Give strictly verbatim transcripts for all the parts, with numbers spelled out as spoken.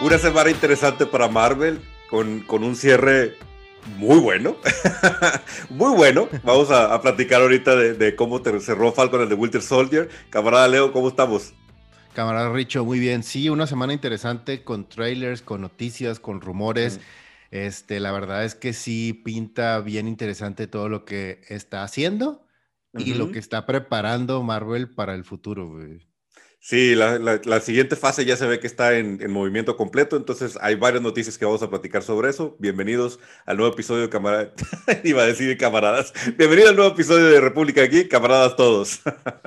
Una semana interesante para Marvel, con, con un cierre muy bueno. Muy bueno. Vamos a, a platicar ahorita de, de cómo te cerró Falcon el de Winter Soldier. Camarada Leo, ¿cómo estamos? Camarada Richo, muy bien. Sí, una semana interesante con trailers, con noticias, con rumores. Mm, Este, la verdad es que sí pinta bien interesante todo lo que está haciendo y lo que ujú. está preparando Marvel para el futuro, güey. Sí, la, la- la siguiente fase ya se ve que está en, en movimiento completo, entonces hay varias noticias que vamos a platicar sobre eso. Bienvenidos al nuevo episodio de Camaradas. Iba a decir de camaradas. Bienvenido al nuevo episodio de República Aquí, camaradas todos.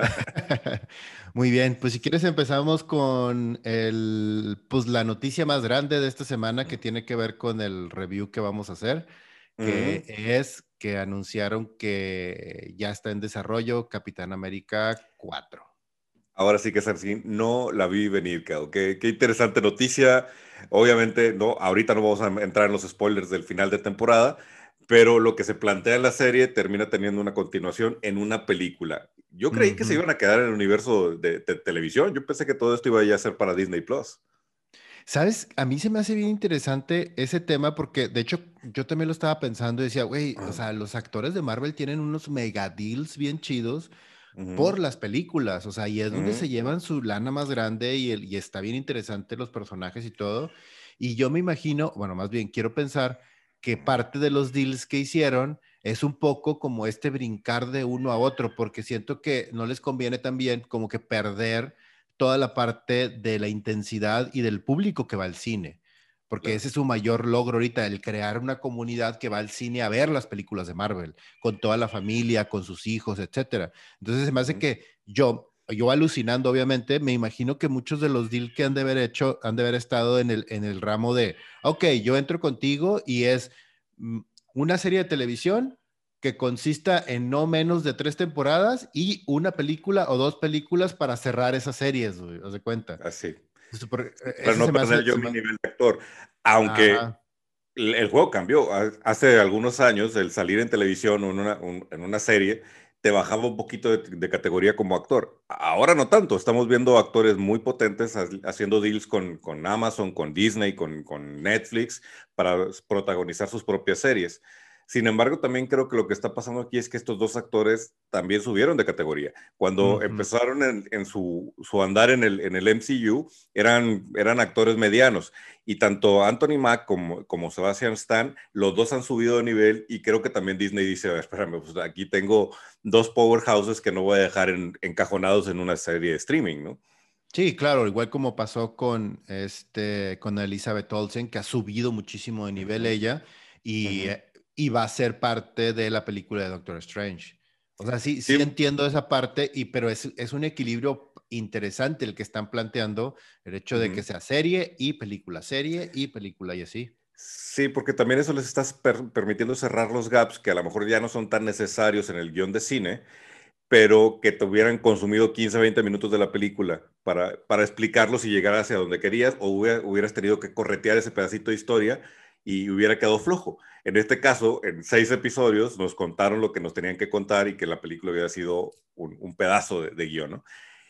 Muy bien, pues si quieres empezamos con el, pues la noticia más grande de esta semana que tiene que ver con el review que vamos a hacer, que Ujú. es que anunciaron que ya está en desarrollo Capitán América cuatro. Ahora sí que es así, no la vi venir, Cal. Qué, qué interesante noticia. Obviamente, no, ahorita no vamos a entrar en los spoilers del final de temporada, pero lo que se plantea en la serie termina teniendo una continuación en una película. Yo creí que se Ujú. iban a quedar en el universo de, de televisión. Yo pensé que todo esto iba ya a ser para Disney Plus. ¿Sabes? A mí se me hace bien interesante ese tema porque, de hecho, yo también lo estaba pensando y decía, güey, o sea, los actores de Marvel tienen unos mega deals bien chidos Ujú, por las películas, o sea, y es donde ujú, se llevan su lana más grande y, el, y está bien interesante los personajes y todo. Y yo me imagino, bueno, más bien quiero pensar que parte de los deals que hicieron es un poco como este brincar de uno a otro, porque siento que no les conviene también como que perder toda la parte de la intensidad y del público que va al cine, porque claro. ese es su mayor logro ahorita, el crear una comunidad que va al cine a ver las películas de Marvel, con toda la familia, con sus hijos, etcétera. Entonces se me hace Ujú. que yo, yo alucinando obviamente, me imagino que muchos de los deals que han de haber hecho, han de haber estado en el, en el ramo de, ok, yo entro contigo y es mm, una serie de televisión que consista en no menos de tres temporadas y una película o dos películas para cerrar esas series, güey, haz de cuenta. Así. Entonces, por- Sí, para ese no se me perder hace, yo se mi me- nivel de actor. Aunque ajá. el, el juego cambió. Ha- Hace algunos años, el salir en televisión o en una, un- en una serie te bajaba un poquito de, de categoría como actor. Ahora no tanto. Estamos viendo actores muy potentes ha- haciendo deals con, con Amazon, con Disney, con, con Netflix para protagonizar sus propias series. Sin embargo, también creo que lo que está pasando aquí es que estos dos actores también subieron de categoría. Cuando Ujú. empezaron en, en su, su andar en el, en el M C U, eran, eran actores medianos. Y tanto Anthony Mack como, como Sebastian Stan, los dos han subido de nivel y creo que también Disney dice, espérame, pues aquí tengo dos powerhouses que no voy a dejar en, encajonados en una serie de streaming, ¿no? Sí, claro, igual como pasó con, este, con Elizabeth Olsen, que ha subido muchísimo de nivel Ujú, ella y, ujú. eh, y va a ser parte de la película de Doctor Strange. O sea, sí, Sí, sí entiendo esa parte, y, pero es, es un equilibrio interesante el que están planteando, el hecho de que ujú. sea serie y película, serie y película y así. Sí, porque también eso les está per- permitiendo cerrar los gaps que a lo mejor ya no son tan necesarios en el guión de cine, pero que te hubieran consumido quince, veinte minutos de la película para, para explicarlos y llegar hacia donde querías, o hubiera- hubieras tenido que corretear ese pedacito de historia y hubiera quedado flojo. En este caso, en seis episodios nos contaron lo que nos tenían que contar y que la película hubiera sido un, un pedazo de, de guión, ¿no?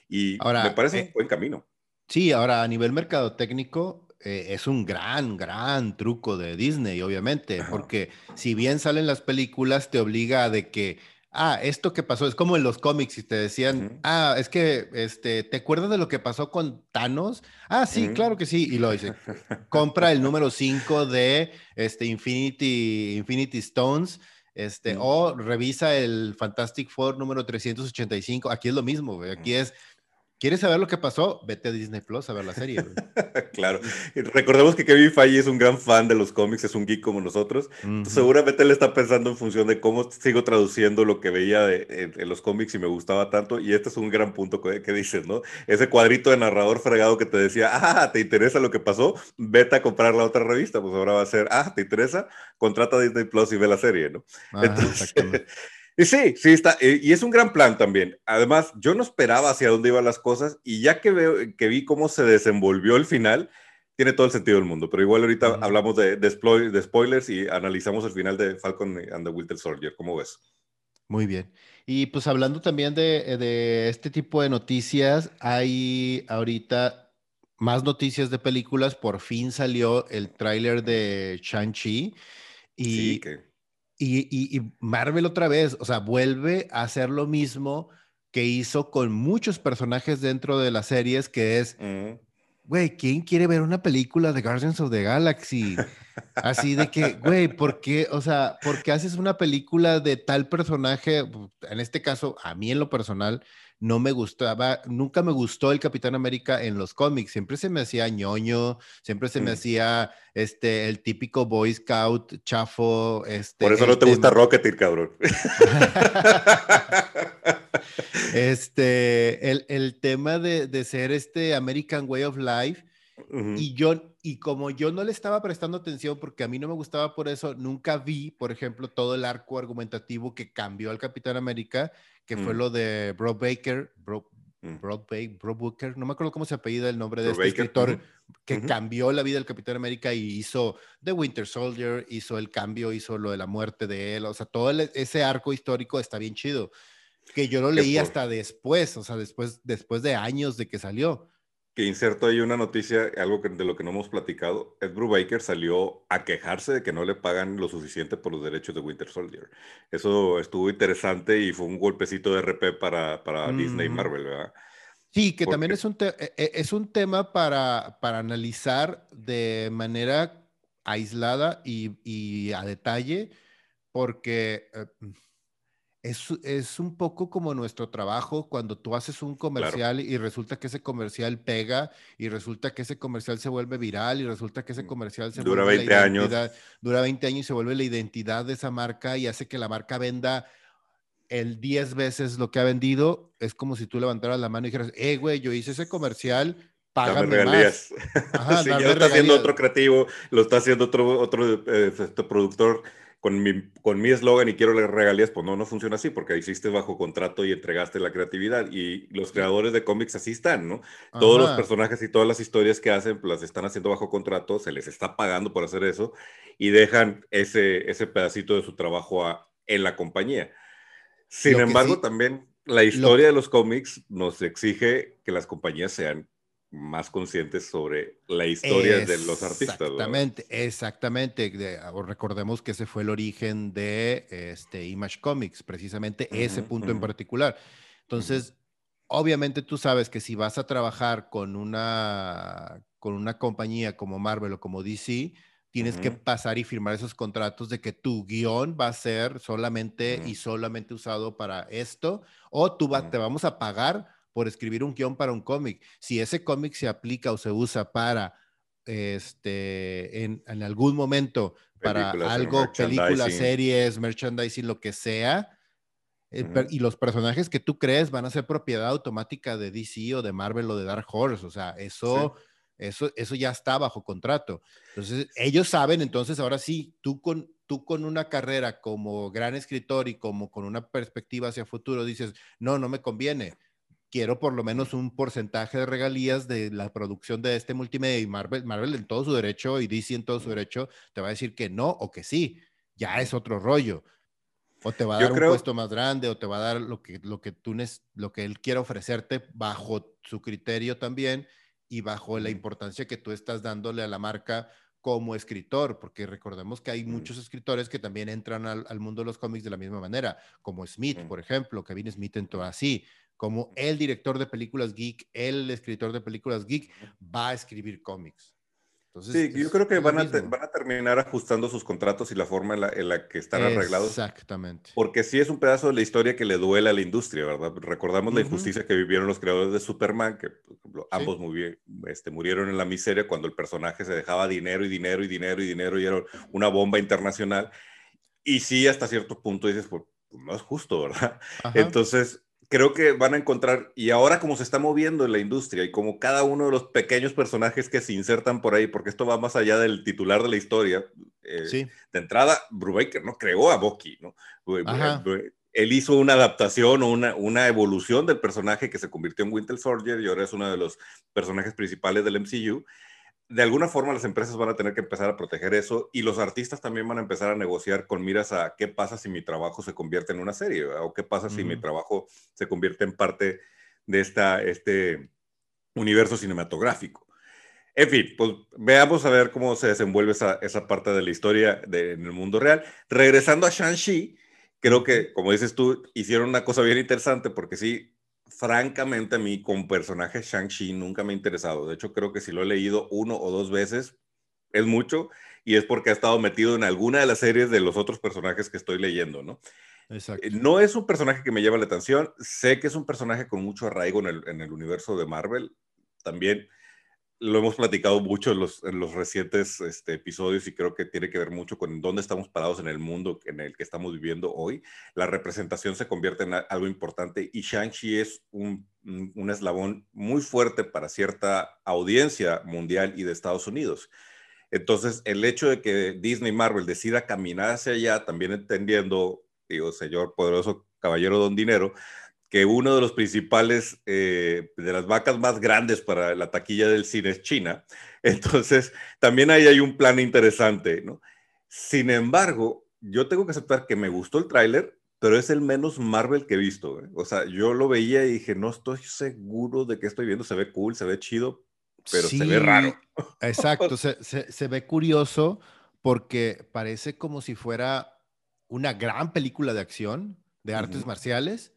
Y me Ahora, parece un eh, buen camino. sí, ahora a nivel mercadotécnico eh, es un gran, gran truco de Disney, obviamente, Ajá. porque si bien salen las películas, te obliga a de que, ah, esto que pasó, es como en los cómics y te decían, Ujú, ah, es que, este, ¿te acuerdas de lo que pasó con Thanos? Ah, sí, ujú. claro que sí, y lo dice, compra el número cinco de este, Infinity, Infinity Stones. Este, Ujú. o revisa el Fantastic Four número trescientos ochenta y cinco. Aquí es lo mismo, güey. Aquí es, ¿quieres saber lo que pasó? Vete a Disney Plus a ver la serie, güey. Claro. Entonces, Y recordemos que Kevin Feige es un gran fan de los cómics, es un geek como nosotros. Entonces, ujú. seguramente él está pensando en función de cómo sigo traduciendo lo que veía de- en, en los cómics y me gustaba tanto. Y este es un gran punto que, que dices, ¿no? Ese cuadrito de narrador fregado que te decía, ah, ¿te interesa lo que pasó? Vete a comprar la otra revista. Pues ahora va a ser, ah, ¿te interesa? Contrata Disney Plus y ve la serie, ¿no? Ajá, Entonces, exactamente. y sí, sí está, eh, y es un gran plan también. Además, yo no esperaba hacia dónde iban las cosas y ya que veo, que vi cómo se desenvolvió el final, tiene todo el sentido del mundo. Pero igual ahorita Ujú. hablamos de, de, spoil- de spoilers y analizamos el final de Falcon and the Winter Soldier. ¿Cómo ves? Muy bien. Y pues hablando también de, de este tipo de noticias, hay ahorita más noticias de películas, por fin salió el tráiler de Shang-Chi Sí, y, que... y, y, y Marvel otra vez, o sea, vuelve a hacer lo mismo que hizo con muchos personajes dentro de las series, que es, mm. güey, ¿quién quiere ver una película de Guardians of the Galaxy? Así de que, güey, ¿por qué? O sea, ¿por qué haces una película de tal personaje? En este caso, a mí en lo personal, no me gustaba, nunca me gustó el Capitán América en los cómics. Siempre se me hacía ñoño, siempre se me Mm. hacía este, el típico Boy Scout chafo, Por este, eso no el te gusta tema. Rocketeer, cabrón. Este, el, el tema de, de ser este American Way of Life. Ujú, Y yo, y como yo no le estaba prestando atención porque a mí no me gustaba por eso, nunca vi, por ejemplo, todo el arco argumentativo que cambió al Capitán América, que fue mm, lo de Bro Baker, Bro, mm. Bro, Bro Booker, no me acuerdo cómo se apellida el nombre de este Brubaker. escritor Ujú, que ujú. cambió la vida del Capitán América y hizo The Winter Soldier, hizo el cambio, hizo lo de la muerte de él, o sea, todo el- ese arco histórico está bien chido, que yo lo Que leí por hasta después, o sea, después, después de años de que salió. que inserto ahí una noticia, algo que- de lo que no hemos platicado. Ed Brubaker salió a quejarse de que no le pagan lo suficiente por los derechos de Winter Soldier. Eso estuvo interesante y fue un golpecito de R P para, para Disney y Ujú. Marvel, ¿verdad? Sí, que también Porque, es un, te- e- e- es un tema para, para analizar de manera aislada y, y a detalle, porque eh, es, es un poco como nuestro trabajo cuando tú haces un claro, comercial y resulta que ese comercial pega y resulta que ese comercial se vuelve viral y resulta que ese comercial se dura vuelve la veinte años. identidad, dura veinte años y se vuelve la identidad de esa marca y hace que la marca venda el diez veces lo que ha vendido. Es como si tú levantaras la mano y dijeras, eh, güey, yo hice ese comercial, Dame págame más. regalías. Ajá, Sí, ya lo darme está haciendo regalías. otro creativo, lo está haciendo otro, otro eh, este productor con mi, con mi eslogan y quiero las regalías. Pues no, no funciona así porque hiciste bajo contrato y entregaste la creatividad. Y los Y, creadores de cómics así están, ¿no? Todos los ajá. personajes y todas las historias que hacen, pues las están haciendo bajo contrato, se les está pagando por hacer eso y dejan ese, ese pedacito de su trabajo a, en la compañía. Sin Lo que embargo, sí, también la lo historia que, de los cómics nos exige que las compañías sean más conscientes sobre la historia de los artistas, ¿verdad? exactamente, exactamente. De- o recordemos que ese fue el origen de este, Image Comics, precisamente ese Ujú, punto en ujú, particular. ujú, Entonces, obviamente tú sabes que si vas a trabajar con una, con una compañía como Marvel o como D C, tienes que ujú, pasar y firmar esos contratos de que tu guión va a ser solamente ujú, y solamente usado para esto, o tú va- ujú. te vamos a pagar por escribir un guión para un cómic. Si ese cómic se aplica o se usa para este, en, en algún momento para Películas, en algo, películas, merchandising. series, merchandising, lo que sea, eh, per- Ujú, y los personajes que tú crees van a ser propiedad automática de D C o de Marvel o de Dark Horse, o sea, sí. eso, eso, eso ya está bajo contrato. Entonces, ellos saben, entonces ahora sí, tú con, tú con una carrera como gran escritor y como con una perspectiva hacia futuro dices, no, no me conviene, quiero por lo Ujú, menos un porcentaje de regalías de la producción de este multimedia y Marvel, Marvel en todo su derecho y D C en todo su ujú, derecho te va a decir que no o que sí, ya ujú. es otro rollo. O te va a Yo dar un creo, puesto más grande o te va a dar lo que, lo que, tú, lo que él quiera ofrecerte bajo su criterio también y bajo la ujú, importancia que tú estás dándole a la marca como escritor, porque recordemos que hay ujú, muchos escritores que también entran al, al mundo de los cómics de la misma manera, como Smith, ujú, por ejemplo, Kevin Smith entró ujú, así, como el director de películas geek, el escritor de películas geek, ujú. va a escribir cómics. Entonces, Sí, yo es, creo que es lo van a, te- mismo. van a terminar ajustando sus contratos y la forma en la, en la que están arreglados. Exactamente. Porque sí es un pedazo de la historia que le duele a la industria, ¿verdad? Recordamos la Uh -huh. injusticia que vivieron los creadores de Superman, que por ejemplo, Sí. ambos muy, este, murieron en la miseria cuando el personaje se dejaba dinero y dinero y dinero y dinero y era una bomba internacional. Y sí, hasta cierto punto dices, pues pues, no es justo, ¿verdad? Ajá. Entonces, creo que van a encontrar, y ahora como se está moviendo en la industria y como cada uno de los pequeños personajes que se insertan por ahí, porque esto va más allá del titular de la historia, eh, Sí. de entrada, Brubaker no creó a Bucky, ¿no? Ajá. Él hizo una adaptación o una, una evolución del personaje que se convirtió en Winter Soldier y ahora es uno de los personajes principales del M C U. De alguna forma las empresas van a tener que empezar a proteger eso y los artistas también van a empezar a negociar con miras a qué pasa si mi trabajo se convierte en una serie, ¿verdad? O qué pasa Uh si mi -huh. trabajo se convierte en parte de esta, este universo cinematográfico. En fin, pues veamos a ver cómo se desenvuelve esa, esa parte de la historia de, en el mundo real. Regresando a Shang-Chi, creo Ujú. que, como dices tú, hicieron una cosa bien interesante porque sí, francamente a mí con personaje Shang-Chi nunca me ha interesado. De hecho, creo que si lo he leído uno o dos veces es mucho y es porque ha estado metido en alguna de las series de los otros personajes que estoy leyendo, ¿no? Eh, Exacto. No es un personaje que me lleva la atención, sé que es un personaje con mucho arraigo en el, en el universo de Marvel, también lo hemos platicado mucho en los, en los recientes este, episodios y creo que tiene que ver mucho con dónde estamos parados en el mundo en el que estamos viviendo hoy. La representación se convierte en algo importante y Shang-Chi es un, un eslabón muy fuerte para cierta audiencia mundial y de Estados Unidos. Entonces, el hecho de que Disney Marvel decida caminar hacia allá, también entendiendo, digo, señor poderoso caballero don dinero, que uno de los principales, eh, de las vacas más grandes para la taquilla del cine es China. Entonces, también ahí hay un plan interesante, ¿no? Sin embargo, yo tengo que aceptar que me gustó el tráiler, pero es el menos Marvel que he visto, ¿eh? O sea, yo lo veía y dije, no estoy seguro de qué estoy viendo, se ve cool, se ve chido, pero se ve raro. Sí, exacto. Se, se- se ve curioso porque parece como si fuera una gran película de acción, de Uh -huh, artes marciales.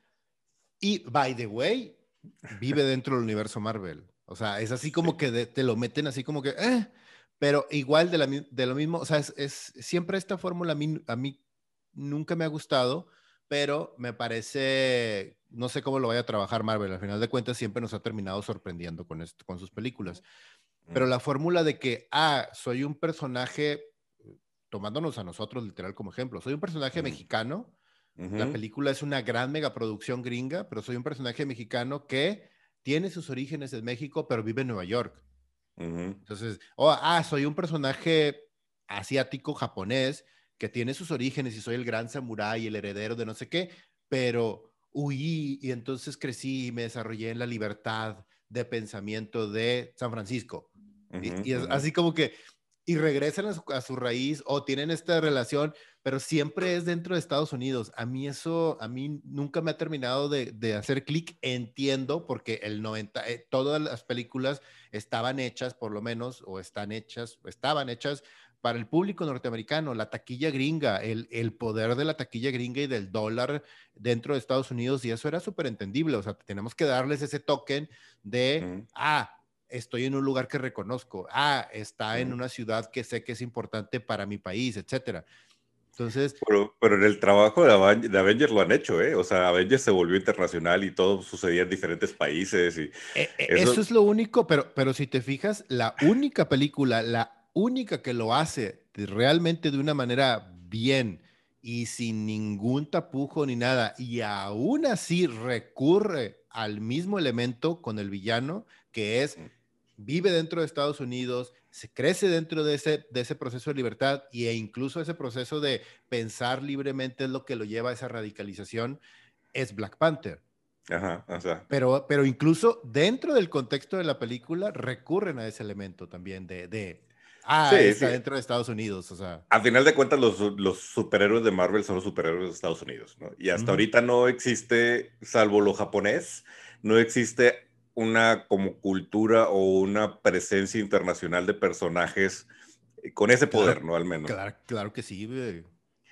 Y, by the way, vive dentro del universo Marvel. O sea, es así como sí. que de- te lo meten así como que, eh, pero igual de, la, mi- de lo mismo, o sea, es, es- siempre esta fórmula a mí, a mí nunca me ha gustado, pero me parece, no sé cómo lo vaya a trabajar Marvel, al final de cuentas siempre nos ha terminado sorprendiendo con, esto, con sus películas. Pero la fórmula de que, ah, soy un personaje, tomándonos a nosotros literal como ejemplo, soy un personaje Uh mexicano, la -huh, película es una gran megaproducción gringa, pero soy un personaje mexicano que tiene sus orígenes en México, pero vive en Nueva York. uh -huh. Entonces, oh, ah, soy un personaje asiático, japonés, que tiene sus orígenes y soy el gran samurái, el heredero de no sé qué, pero huí y entonces crecí y me desarrollé en la libertad de pensamiento de San Francisco. Uh Y, -huh, y es uh -huh. así como que, y regresan a su, a su raíz o tienen esta relación, pero siempre es dentro de Estados Unidos. A mí eso, a mí nunca me ha terminado de, de hacer clic. Entiendo, porque el noventa, eh, todas las películas estaban hechas, por lo menos, o están hechas, o estaban hechas para el público norteamericano, la taquilla gringa, el, el poder de la taquilla gringa y del dólar dentro de Estados Unidos, y eso era súper entendible. O sea, tenemos que darles ese token Uh de, -huh. ah, estoy en un lugar que reconozco, ah, está Uh en -huh. una ciudad que sé que es importante para mi país, etcétera. Entonces, Pero, pero en el trabajo de, Aven- de Avengers lo han hecho, ¿eh? O sea, Avengers se volvió internacional y todo sucedía en diferentes países y eh, eh, eso eso. es lo único, pero, pero si te fijas, la única película, la única que lo hace de- realmente de una manera bien y sin ningún tapujo ni nada, y aún así recurre al mismo elemento con el villano, que es vive dentro de Estados Unidos, se crece dentro de ese, de ese proceso de libertad y, e incluso ese proceso de pensar libremente es lo que lo lleva a esa radicalización, es Black Panther. Ajá, o sea. Pero, pero incluso dentro del contexto de la película recurren a ese elemento también de, de ah, Sí, está sí. dentro de Estados Unidos, o sea. A final de cuentas, los, los superhéroes de Marvel son los superhéroes de Estados Unidos, ¿no? Y hasta Ujú. ahorita no existe, salvo lo japonés, no existe una como cultura o una presencia internacional de personajes con ese Claro, poder, ¿no? Al menos. claro, claro que sí, güey.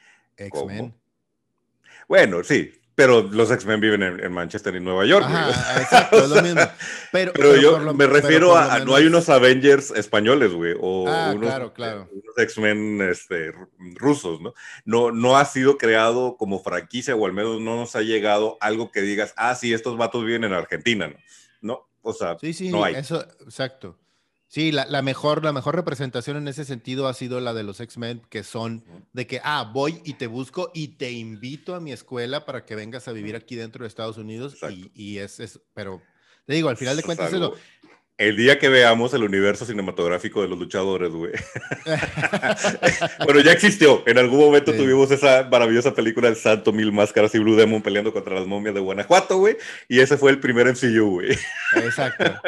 ¿Cómo? X-Men. Bueno, sí, pero los X-Men viven en, en Manchester y Nueva York, güey. O Ajá, sea, o exacto, es lo mismo. sea, Pero, pero pero yo por me lo, pero refiero por lo a, a- no hay unos menos. Avengers españoles, güey, o Ah, unos, claro, este, claro. unos X-Men este, ru- rusos, ¿no? No, no ha sido creado como franquicia, o al menos no nos ha llegado algo que digas, ah, sí, estos vatos viven en Argentina, ¿no? No, o sea, Sí, no sí, hay. eso, exacto. Sí, la, la mejor, la mejor representación en ese sentido ha sido la de los X-Men, que son Ujú, de que, ah, voy y te busco y te invito a mi escuela para que vengas a vivir ujú, aquí dentro de Estados Unidos exacto. y, y es, es, pero te digo, al final de cuentas eso. Salvo el día que veamos el universo cinematográfico de los luchadores, güey. Bueno, ya existió. En algún momento Sí, tuvimos esa maravillosa película El Santo Mil Máscaras y Blue Demon peleando contra las momias de Guanajuato, güey. Y ese fue el primer M C U, güey. exacto,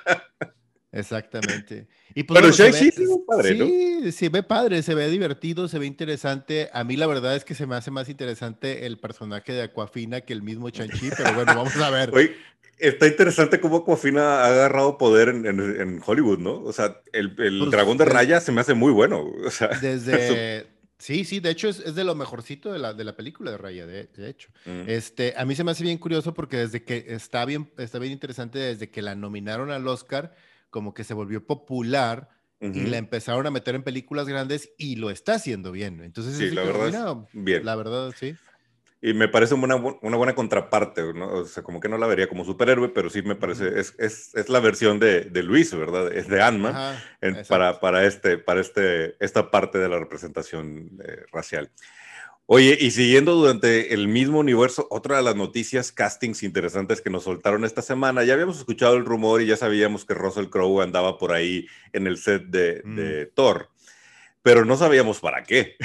exactamente. Y pues Pero bueno, se ve, Shang-Chi sí, padre, ¿no? sí, se ve padre, se ve divertido, se ve interesante. A mí la verdad es que se me hace más interesante el personaje de Aquafina que el mismo Chanchi, pero bueno, vamos a ver. Oye, Está interesante cómo Aquafina ha agarrado poder en, en, en Hollywood, ¿no? O sea, el, el Pues dragón de des- Raya se me hace muy bueno. O sea, su- desde... Sí, sí, de hecho es, es de lo mejorcito de la, de la película de Raya, de, de hecho. mm, Este, a mí se me hace bien curioso porque desde que está bien, está bien interesante, desde que la nominaron al Oscar, como que se volvió popular y la ujú. empezaron a meter en películas grandes y lo está haciendo bien. Entonces, Sí, así la como, verdad es mira, bien. la verdad, sí. Y me parece una, bu- una buena contraparte, ¿no? O sea, como que no la vería como superhéroe, pero sí me Ujú. parece, es, es, es la versión de, de Luis, ¿verdad? Es de Ant-Man Ajá, en- exacto. para, para, este, para este, esta parte de la representación eh, racial. Oye, y siguiendo durante el mismo universo, otra de las noticias, castings interesantes que nos soltaron esta semana, ya habíamos escuchado el rumor y ya sabíamos que Russell Crowe andaba por ahí en el set de, Mm, de Thor, pero no sabíamos para qué.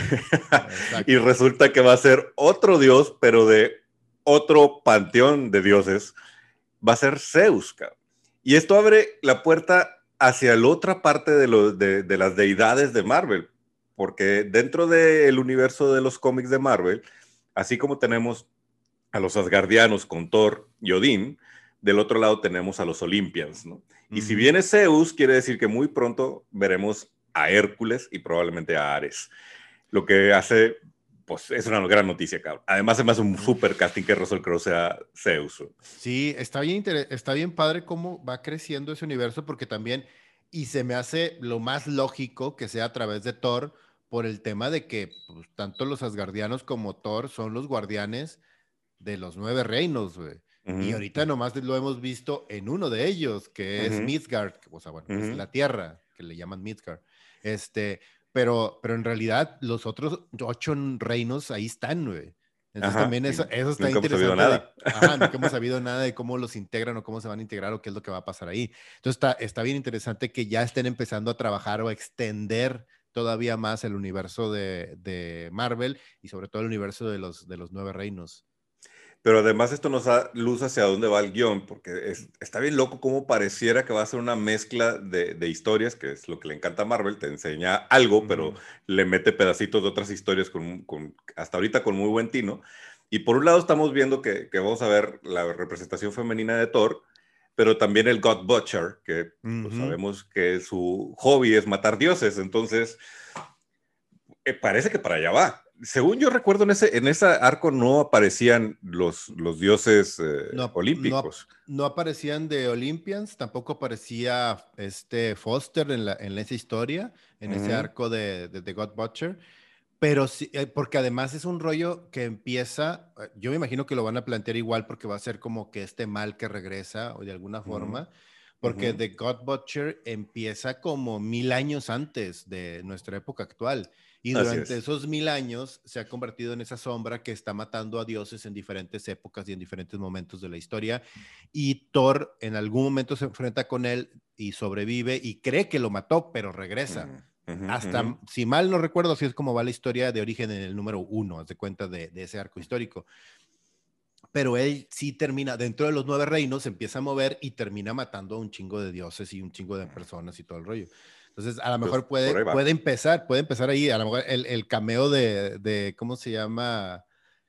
Y exacto. resulta que va a ser otro dios, pero de otro panteón de dioses, va a ser Zeus, cabrón. Y esto abre la puerta hacia la otra parte de, lo, de, de las deidades de Marvel, porque dentro del universo de los cómics de Marvel, así como tenemos a los Asgardianos con Thor y Odín, del otro lado tenemos a los Olympians, ¿no? Y si Ujú. viene Zeus, quiere decir que muy pronto veremos a Hércules y probablemente a Ares. Lo que hace, pues es una gran noticia, cabrón. Además, se me hace un Ujú. super casting que Russell Crowe sea Zeus. Sí, está bien, inter- está bien padre cómo va creciendo ese universo porque también, y se me hace lo más lógico que sea a través de Thor por el tema de que pues, tanto los Asgardianos como Thor son los guardianes de los nueve reinos, güey. Uh Y -huh, ahorita nomás lo hemos visto en uno de ellos, uh que es -huh, Midgard, o sea, bueno, uh que es -huh. la Tierra, que le llaman Midgard. Este, pero, pero en realidad los otros ocho reinos ahí están, güey. Entonces Ajá, también y eso, eso está nunca hemos sabido interesante de, nada. ajá, nunca hemos sabido nada de cómo los integran o cómo se van a integrar o qué es lo que va a pasar ahí. Entonces está, está bien interesante que ya estén empezando a trabajar o a extender todavía más el universo de, de Marvel y sobre todo el universo de los, de los nueve reinos. Pero además esto nos da luz hacia dónde va el guión, porque es, está bien loco cómo pareciera que va a ser una mezcla de, de, historias, que es lo que le encanta a Marvel, te enseña algo, pero Ujú. le mete pedacitos de otras historias con, con, hasta ahorita con muy buen tino. Y por un lado estamos viendo que, que vamos a ver la representación femenina de Thor, pero también el God Butcher, que pues, Ujú. sabemos que su hobby es matar dioses, entonces eh, parece que para allá va. Según yo recuerdo, en ese, en ese arco no aparecían los, los dioses eh, No, no, olímpicos. no aparecían de Olympians, tampoco aparecía este Foster en, la, en esa historia, en Uh ese -huh, arco de, de, de God Butcher, pero sí, eh, porque además es un rollo que empieza, eh, yo me imagino que lo van a plantear igual porque va a ser como que este mal que regresa o de alguna uh -huh, forma, uh porque -huh, The God Butcher empieza como mil años antes de nuestra época actual. Y así durante es. esos mil años se ha convertido en esa sombra que está matando a dioses en diferentes épocas y en diferentes momentos de la historia. Y Thor en algún momento se enfrenta con él y sobrevive y cree que lo mató, pero Uh regresa. -huh, uh -huh. Hasta, si mal no recuerdo, así es como va la historia de origen en el número uno, haz de cuenta de, de ese arco histórico. Pero él sí termina, dentro de los nueve reinos, se empieza a mover y termina matando a un chingo de dioses y un chingo de personas y todo el rollo. Entonces, a lo Pues mejor por puede, ahí va. puede empezar, puede empezar ahí, a lo mejor el, el cameo de, de, ¿cómo se llama?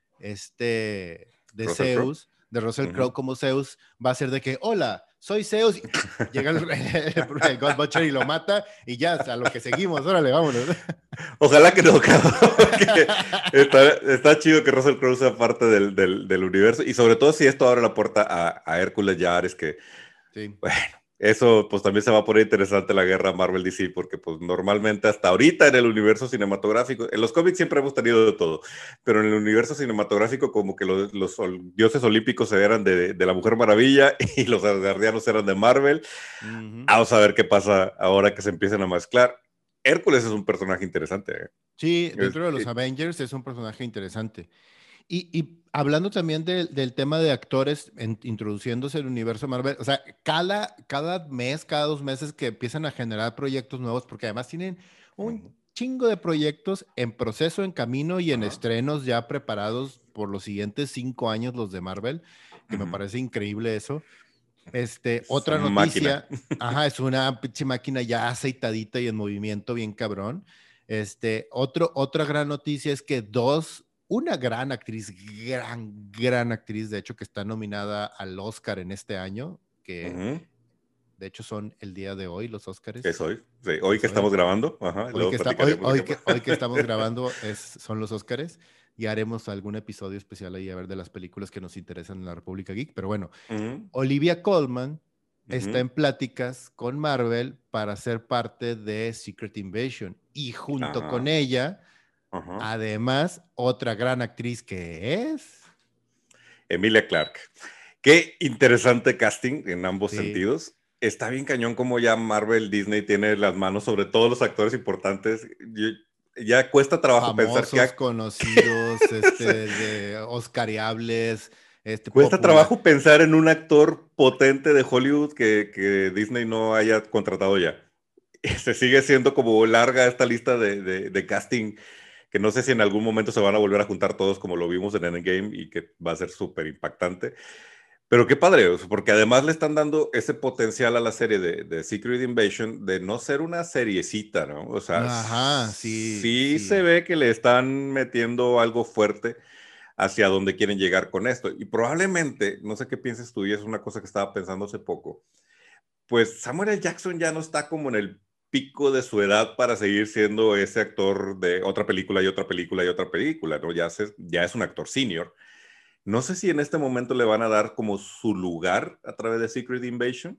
Este, de Russell Crowe. Zeus, de Russell Uh Crowe -huh. como Zeus, va a ser de que, hola, soy Zeus, y llega el, el God Butcher y lo mata, y ya, a lo que seguimos, órale, vámonos. Ojalá que no, cabrón, porque está, está chido que Russell Crowe sea parte del, del, del, universo y sobre todo si esto abre la puerta a, a Hércules y a Ares, que Sí. bueno, eso pues también se va a poner interesante la guerra Marvel-D C, porque pues normalmente hasta ahorita en el universo cinematográfico, en los cómics siempre hemos tenido de todo, pero en el universo cinematográfico como que los, los dioses olímpicos eran de, de la Mujer Maravilla y los asgardianos eran de Marvel. Uh -huh. Vamos a ver qué pasa ahora que se empiezan a mezclar. Hércules es un personaje interesante. ¿eh? Sí, Es, dentro de los eh, Avengers es un personaje interesante. Y, y hablando también de- del tema de actores en- introduciéndose el universo Marvel, o sea, cada, cada mes, cada dos meses que empiezan a generar proyectos nuevos, porque además tienen un uh-huh. chingo de proyectos en proceso, en camino y en Ajá. estrenos ya preparados por los siguientes cinco años, los de Marvel, que me Uh-huh. parece increíble eso. Este, Esa otra máquina. noticia, ajá, es una pinche máquina ya aceitadita y en movimiento bien cabrón. Este, otro, otra gran noticia es que dos una gran actriz, gran, gran actriz, de hecho, que está nominada al Oscar en este año, que Ujú. de hecho son el día de hoy los Es Oscars. hoy. Sí, hoy que Es hoy. estamos grabando. Ajá, Hoy luego que, está, hoy, platicaremos de hoy, qué que, pasa. hoy que estamos grabando es, son los Oscars y haremos algún episodio especial ahí a ver de las películas que nos interesan en la República Geek. Pero bueno, Ujú, Olivia Colman está ujú. en pláticas con Marvel para ser parte de Secret Invasion y junto con Ajá, ella, ajá. además, otra gran actriz que es... Emilia Clarke. Qué interesante casting en ambos Sí, sentidos. Está bien cañón como ya Marvel, Disney tiene las manos sobre todos los actores importantes. Yo- ya cuesta trabajo pensar que, famosos, ac- conocidos, este, de Oscariables, este, cuesta popular. trabajo pensar en un actor potente de Hollywood que, que Disney no haya contratado ya. Se sigue siendo como larga esta lista de, de, de casting, que no sé si en algún momento se van a volver a juntar todos como lo vimos en Endgame y que va a ser súper impactante. Pero qué padre, o sea, porque además le están dando ese potencial a la serie de, de Secret Invasion de no ser una seriecita, ¿no? O sea, Ajá, sí, sí se sí. ve que le están metiendo algo fuerte hacia donde quieren llegar con esto. Y probablemente, no sé qué piensas tú, y es una cosa que estaba pensando hace poco, pues Samuel L. Jackson ya no está como en el pico de su edad para seguir siendo ese actor de otra película y otra película y otra película, ¿no? Ya, se, ya es un actor senior. No sé si en este momento le van a dar como su lugar a través de Secret Invasion,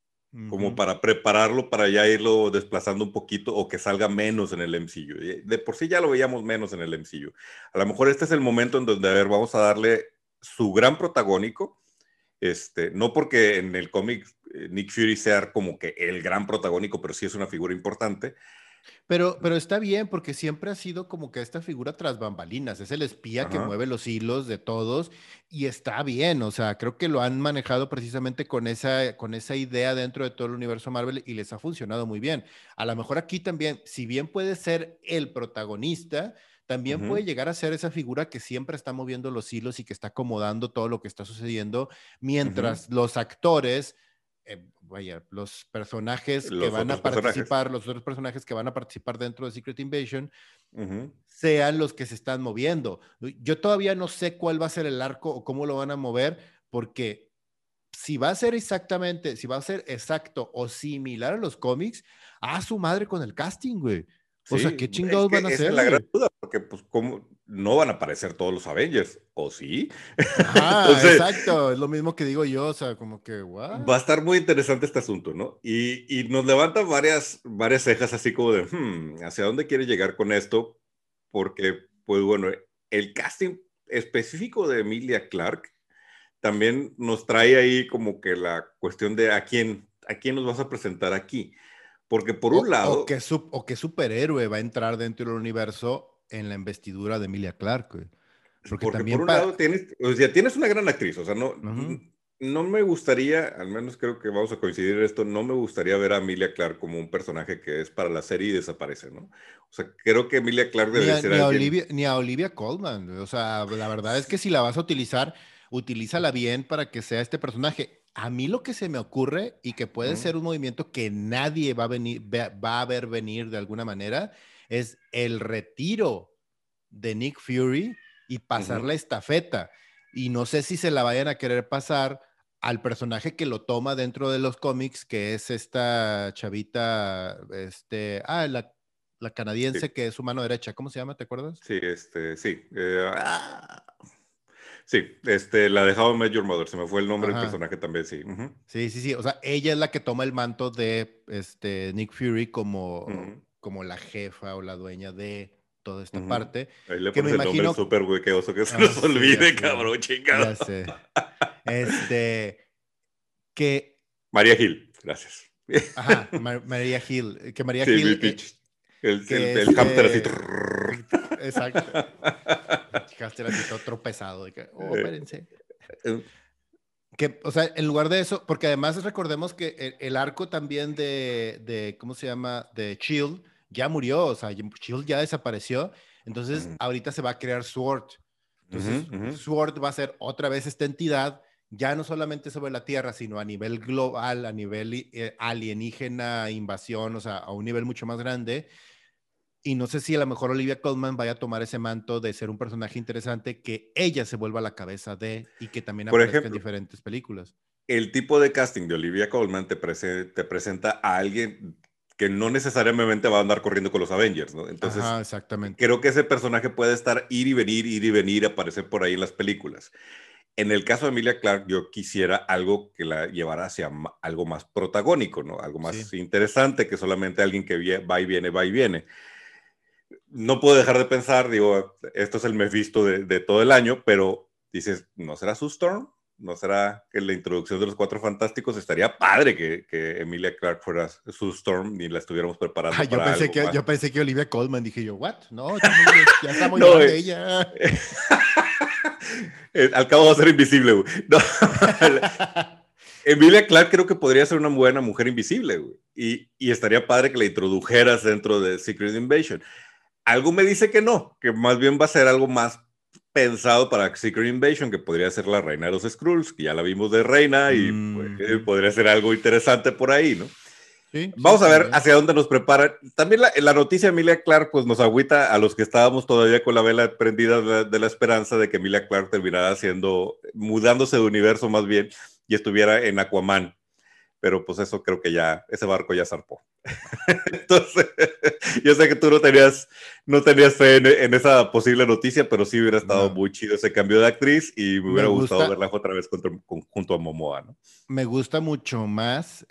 como Ujú. para prepararlo para ya irlo desplazando un poquito o que salga menos en el M C U. De por sí ya lo veíamos menos en el M C U. A lo mejor este es el momento en donde, a ver, vamos a darle su gran protagónico. Este, no porque en el cómic eh, Nick Fury sea como que el gran protagónico, pero sí es una figura importante. Pero, pero está bien porque siempre ha sido como que esta figura tras bambalinas, es el espía que Ajá. mueve los hilos de todos y está bien, o sea, creo que lo han manejado precisamente con esa, con esa idea dentro de todo el universo Marvel y les ha funcionado muy bien. A lo mejor aquí también, si bien puede ser el protagonista, también puede Ujú, llegar a ser esa figura que siempre está moviendo los hilos y que está acomodando todo lo que está sucediendo, ujú. mientras los actores eh, vaya, los personajes que Los van otros a personajes. participar, los otros personajes que van a participar dentro de Secret Invasion, Ujú, sean los que se están moviendo. Yo todavía no sé cuál va a ser el arco o cómo lo van a mover, porque si va a ser exactamente, si va a ser exacto o similar a los cómics, a su madre con el casting, güey. O sea, sí, ¿qué es chingados que van a esa es hacer, la gran güey? duda, porque pues como no van a aparecer todos los Avengers, ¿o sí? Ajá, Entonces, exacto, es lo mismo que digo yo, o sea, como que, va ¿what? a estar muy interesante este asunto, ¿no? Y, y nos levanta varias, varias cejas así como de, hmm, ¿hacia dónde quiere llegar con esto? Porque, pues bueno, el casting específico de Emilia Clarke también nos trae ahí como que la cuestión de a quién, a quién nos vas a presentar aquí. Porque por un O, o, lado, qué sub- o qué superhéroe va a entrar dentro del universo en la investidura de Emilia Clarke, güey. Porque porque por también un para... lado tienes, o sea, tienes una gran actriz, o sea, no, Ujú. no me gustaría, al menos creo que vamos a coincidir en esto, no me gustaría ver a Emilia Clarke como un personaje que es para la serie y desaparece, ¿no? O sea, creo que Emilia Clarke Ni debe a, ser ni a alguien. Olivia, ni a Olivia Colman, güey. O sea, la verdad es que si la vas a utilizar, utilízala bien para que sea este personaje. A mí lo que se me ocurre y que puede Mm, ser un movimiento que nadie va a venir, va va a ver venir de alguna manera, es el retiro de Nick Fury y pasar la ujú. estafeta. Y no sé si se la vayan a querer pasar al personaje que lo toma dentro de los cómics, que es esta chavita, este, ah, la, la Sí, canadiense que es su mano derecha. ¿Cómo se llama? ¿Te acuerdas? sí, este, sí. eh, ah, sí, este, la de How I Met Your Mother, se me fue el nombre del Ajá. personaje también, sí. Ujú, Sí, sí, sí. O sea, ella es la que toma el manto de este, Nick Fury como, ujú, como la jefa o la dueña de toda esta ujú. parte, Ahí le que me pones el nombre imagino, súper huequeoso que se ah, nos sí, ya olvide, sé, cabrón, chingado. ya sé. Este, que, María Gil, gracias. ajá, Mar- María Hill, eh, que María Sí, mi Hill, eh, pitch. El, el, que el hámster así. este, exacto, Caster así todo tropezado, de que, oh, Eh, espérense. eh, Que, o sea, en lugar de eso, porque además recordemos que el, el arco también de, de, ¿cómo se llama? De Shield ya murió, o sea, Shield ya desapareció, entonces ujú, ahorita se va a crear Sword. ujú, Entonces, ujú. Sword va a ser otra vez esta entidad, ya no solamente sobre la Tierra, sino a nivel global, a nivel eh, alienígena, invasión, o sea, a un nivel mucho más grande. Y no sé si a lo mejor Olivia Colman vaya a tomar ese manto de ser un personaje interesante, que ella se vuelva la cabeza de y que también Por aparezca en ejemplo, diferentes películas. el tipo de casting de Olivia Colman te, prese- te presenta a alguien que no necesariamente va a andar corriendo con los Avengers, ¿no? Entonces, Ajá, exactamente. creo que ese personaje puede estar ir y venir, ir y venir, aparecer por ahí en las películas. En el caso de Emilia Clarke, yo quisiera algo que la llevara hacia ma- algo más protagónico, ¿no? Algo Sí. más interesante que solamente alguien que vie- va y viene, va y viene. No puedo dejar de pensar, digo, esto es el Mephisto de, de todo el año, pero dices, ¿no será Sue Storm? ¿No será que la introducción de los Cuatro Fantásticos estaría padre que, que Emilia Clarke fuera Sue Storm y la estuviéramos Ah, preparando yo para pensé algo que, más? yo pensé que Olivia Colman, dije yo, ¿what? No, está muy, bien, ya está muy No, grande eh, ella. eh, al cabo va a ser invisible, güey. No. Emilia Clarke creo que podría ser una buena mujer invisible, güey. Y, y estaría padre que la introdujeras dentro de Secret Invasion. Algo me dice que no, que más bien va a ser algo más pensado para Secret Invasion, que podría ser la reina de los Skrulls, que ya la vimos de reina y pues, eh, Mm-hmm. podría ser algo interesante por ahí, ¿no? Sí, sí, Vamos a ver también. hacia dónde nos preparan. También la, la noticia de Emilia Clarke pues nos agüita a los que estábamos todavía con la vela prendida de la, de la esperanza de que Emilia Clarke terminara haciendo, mudándose de universo más bien y estuviera en Aquaman. Pero pues eso creo que ya, ese barco ya zarpó. Entonces, yo sé que tú no tenías, no tenías fe en, en, esa posible noticia, pero sí hubiera estado No, muy chido ese cambio de actriz y me me hubiera gustado gusta, verla otra vez contra, con, junto a Momoa, ¿no? me gusta mucho más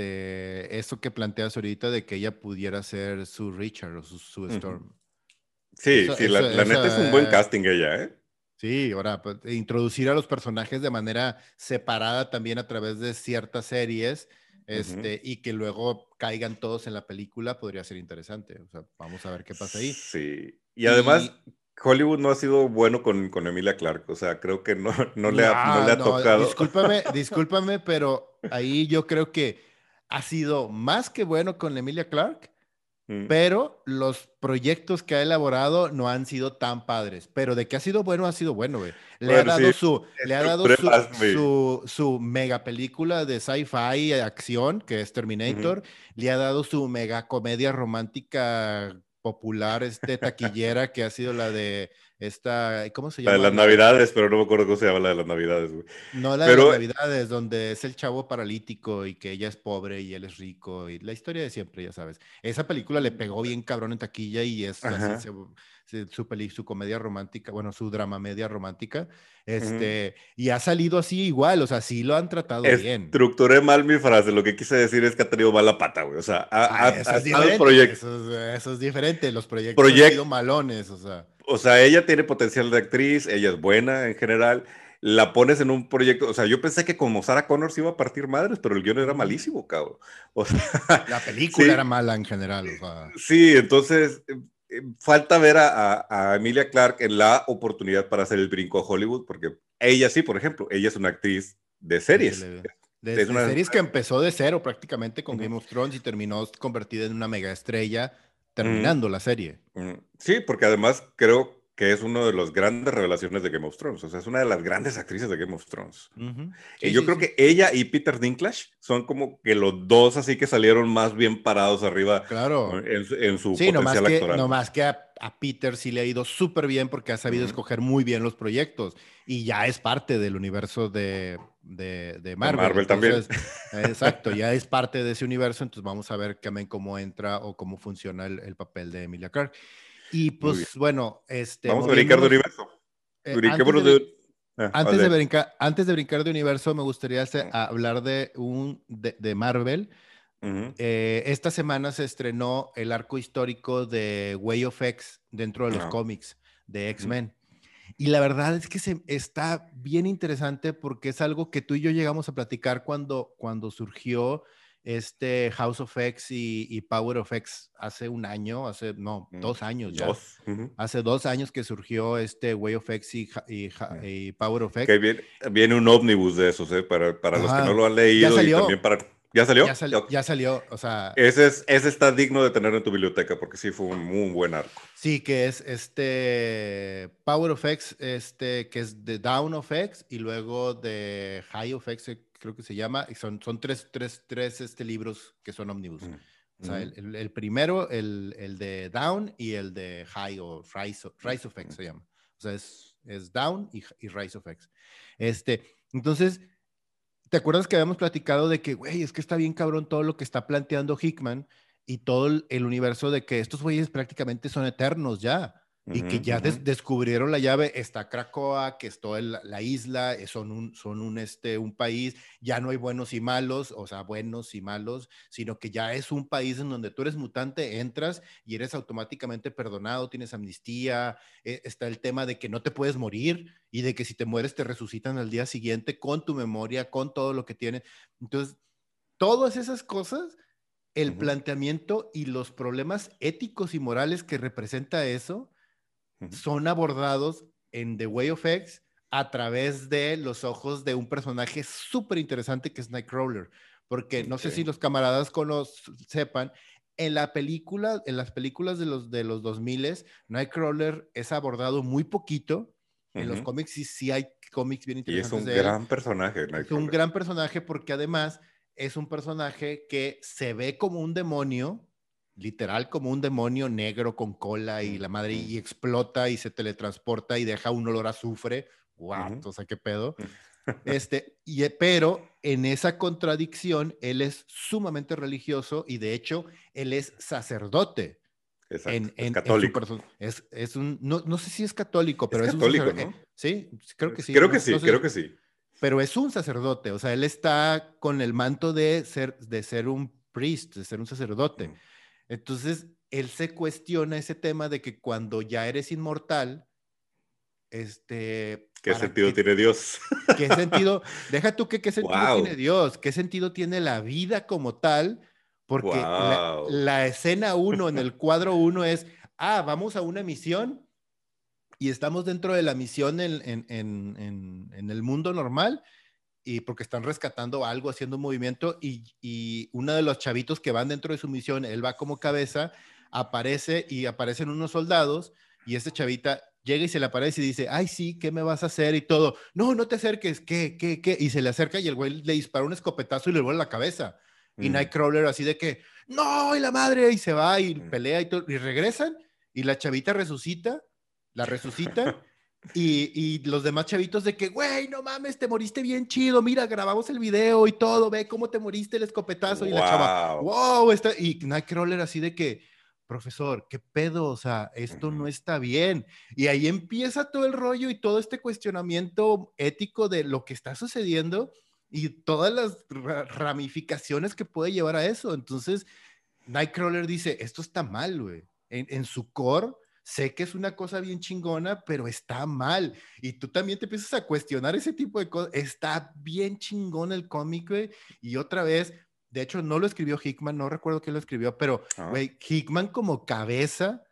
este, eso que planteas ahorita de que ella pudiera ser su Richard o su, su Uh -huh. Storm. Sí, Eso, sí, la, eso, la neta es un buen esa, casting ella, ¿eh? sí, ahora, pues, introducir a los personajes de manera separada también a través de ciertas series, Uh -huh. este, y que luego caigan todos en la película podría ser interesante. O sea, vamos a ver qué pasa ahí. Sí, y además Y Hollywood no ha sido bueno con, con Emilia Clarke, o sea, creo que no, no, le, ha, no le no, ha no, tocado. discúlpame, discúlpame, pero ahí yo creo que ha sido más que bueno con Emilia Clarke, Mm. pero los proyectos que ha elaborado no han sido tan padres. Pero de que ha sido bueno, ha sido bueno, güey. Le ha Bueno, sí, dado su, le ha dado estructuré su, más mi... su, su mega película de sci-fi acción, que es Uh -huh. Terminator. Le ha dado su mega comedia romántica popular, este taquillera, que ha sido la de esta, ¿cómo se La de llama? las La, Navidades, pero no me acuerdo cómo se llama la de las Navidades, güey. no la de las Pero, Navidades, donde es el chavo paralítico y que ella es pobre y él es rico y la historia de siempre, ya sabes. Esa película le pegó bien cabrón en taquilla y es así ajá. se- se- su peli, su comedia romántica, bueno, su drama media romántica, Uh -huh. este, y ha salido así igual, o sea, sí lo han tratado bien. Estructuré mal mi frase, lo que quise decir es que ha tenido mala pata, güey. O sea, ha, Ah, ha, eso ha es estado el diferente, proyecto. eso es, eso es diferente. Los proyectos han sido Proyect, malones, o sea. o sea, ella tiene potencial de actriz, ella es buena en general. La pones en un proyecto, o sea, yo pensé que como Sarah Connor se iba a partir madres, pero el guión era Mm. malísimo, cabrón. O sea, La película era sí, mala en general, o sea. sí, entonces eh, eh, falta ver a, a, a Emilia Clarke en la oportunidad para hacer el brinco a Hollywood, porque ella sí, por ejemplo, ella es una actriz de De series. tele, de, Es de una, series que empezó de cero prácticamente con uh -huh, Game of Thrones y terminó convertida en una mega estrella uh -huh. terminando la serie. Mm, sí, porque además creo que es una de las grandes revelaciones de Game of Thrones. O sea, es una de las grandes actrices de Game of Thrones. Ujú. Y Sí, yo sí, creo sí. que ella y Peter Dinklage son como que los dos así que salieron más bien parados arriba Claro. en su, en su Sí, nomás potencial que, actoral, ¿no? nomás que a, a Peter sí le ha ido súper bien porque ha sabido Ujú. escoger muy bien los proyectos y ya es parte del universo de, de, de De Marvel. Marvel también. Entonces, eh, exacto, ya es parte de ese universo. Entonces vamos a ver también cómo entra o cómo funciona el, el papel de Emilia Clarke. Y Muy bien. pues bueno, este, Vamos a brincar de moviéndonos, universo. eh, antes Brinquémonos de, de... Ah, antes de adelante. brincar, antes de brincar de universo, me gustaría hacer- hablar de un de, de Marvel. Ujú. Eh, esta semana se estrenó el arco histórico de Way of X dentro de los No. cómics de Ujú. X-Men. Y la verdad es que se, está bien interesante porque es algo que tú y yo llegamos a platicar cuando, cuando surgió este House of X y, y Power of X hace un año, hace, no, Mm, dos años ya. Dos. Ujú. Hace dos años que surgió este Way of X y, y, Mm. y Power of Que X. viene, viene un ómnibus de esos, ¿eh? Para, para los que no lo Ajá, han ya leído y también salió, para... ¿Ya ya, salió? sal, Ok. ya salió, o sea, Ese, es, ese está digno de tener en tu biblioteca porque sí fue un muy buen arco. sí, que es este Power of X, este, que es de Down of X y luego de High of X, eh, creo que se llama. Y son, son tres, tres, tres este, libros que son ómnibus. Mm. O sea, el, el, el primero, el, el de Down y el de High o Rise, Rise of X se llama. O sea, es, es Down y, y Rise of X. Este, entonces, ¿te acuerdas que habíamos platicado de que, güey, es que está bien cabrón todo lo que está planteando Hickman y todo el, el universo de que estos güeyes prácticamente son eternos ya? Y que Ujú, ya des ujú. descubrieron la llave, está Krakoa, que es toda la, la isla, eh, son, un, son un, este, un país, ya no hay buenos y malos, o sea, buenos y malos, sino que ya es un país en donde tú eres mutante, entras y eres automáticamente perdonado, tienes amnistía, eh, está el tema de que no te puedes morir y de que si te mueres te resucitan al día siguiente con tu memoria, con todo lo que tienes. Entonces, todas esas cosas, el Ujú, planteamiento y los problemas éticos y morales que representa eso, ujú. son abordados en The Way of X a través de los ojos de un personaje súper interesante que es Nightcrawler, porque no sé si Ok. los camaradas con los sepan, en la película, en las películas de los, de los dos mil, Nightcrawler es abordado muy poquito, en los Ujú. cómics sí, sí hay cómics bien Y es interesantes un de él, gran personaje, es un Nightcrawler. gran personaje porque además es un personaje que se ve como un demonio, literal como un demonio negro con cola y Mm, la madre, mm, y explota y se teletransporta y deja un olor a azufre. What? ujú. O sea, qué pedo. Este, y, pero en esa contradicción, él es sumamente religioso y de hecho, él es sacerdote. Exacto, En, es en, en su católico. persona. Es, es un, no, no sé si es católico, Es pero es un católico, sacerdote. Eh, ¿no? sí, creo que Es- sí. creo No, que no sí, sé, creo que sí. pero es un sacerdote, o sea, él está con el manto de ser, de ser un priest, de ser un sacerdote. Mm. Entonces, él se cuestiona ese tema de que cuando ya eres inmortal, este, ¿Qué ¿para sentido qué, tiene Dios? qué sentido? Deja tú que qué sentido tiene Wow, Dios, qué sentido tiene la vida como tal, porque la, wow. la escena uno en el cuadro uno es, ah, vamos a una misión y estamos dentro de la misión en, en, en, en, en el mundo normal y porque están rescatando algo, haciendo un movimiento y, y uno de los chavitos que van dentro de su misión, él va como cabeza, aparece y aparecen unos soldados y este chavita llega y se le aparece y dice, ay, sí, ¿qué me vas a hacer? Y todo, no, no te acerques, ¿qué, qué, qué? Y se le acerca y el güey le dispara un escopetazo y le vuelve la cabeza. Y Mm, Nightcrawler así de que, no, y la madre, y se va y mm. pelea y todo, y regresan y la chavita resucita, la resucitan y, y los demás chavitos de que, güey, no mames, te moriste bien chido, mira, grabamos el video y todo, ve cómo te moriste el escopetazo y la chava, Wow. wow, está, y Nightcrawler así de que, profesor, ¿qué pedo? O sea, esto no Ujú. está bien. Y ahí empieza todo el rollo y todo este cuestionamiento ético de lo que está sucediendo y todas las ra- ramificaciones que puede llevar a eso. Entonces, Nightcrawler dice, esto está mal, güey. En, en su core, sé que es una cosa bien chingona, pero está mal. Y tú también te empiezas a cuestionar ese tipo de cosas. Está bien chingón el cómic, güey. Y otra vez, de hecho, no lo escribió Hickman, no recuerdo quién lo escribió, pero, Ah, güey, Hickman como cabeza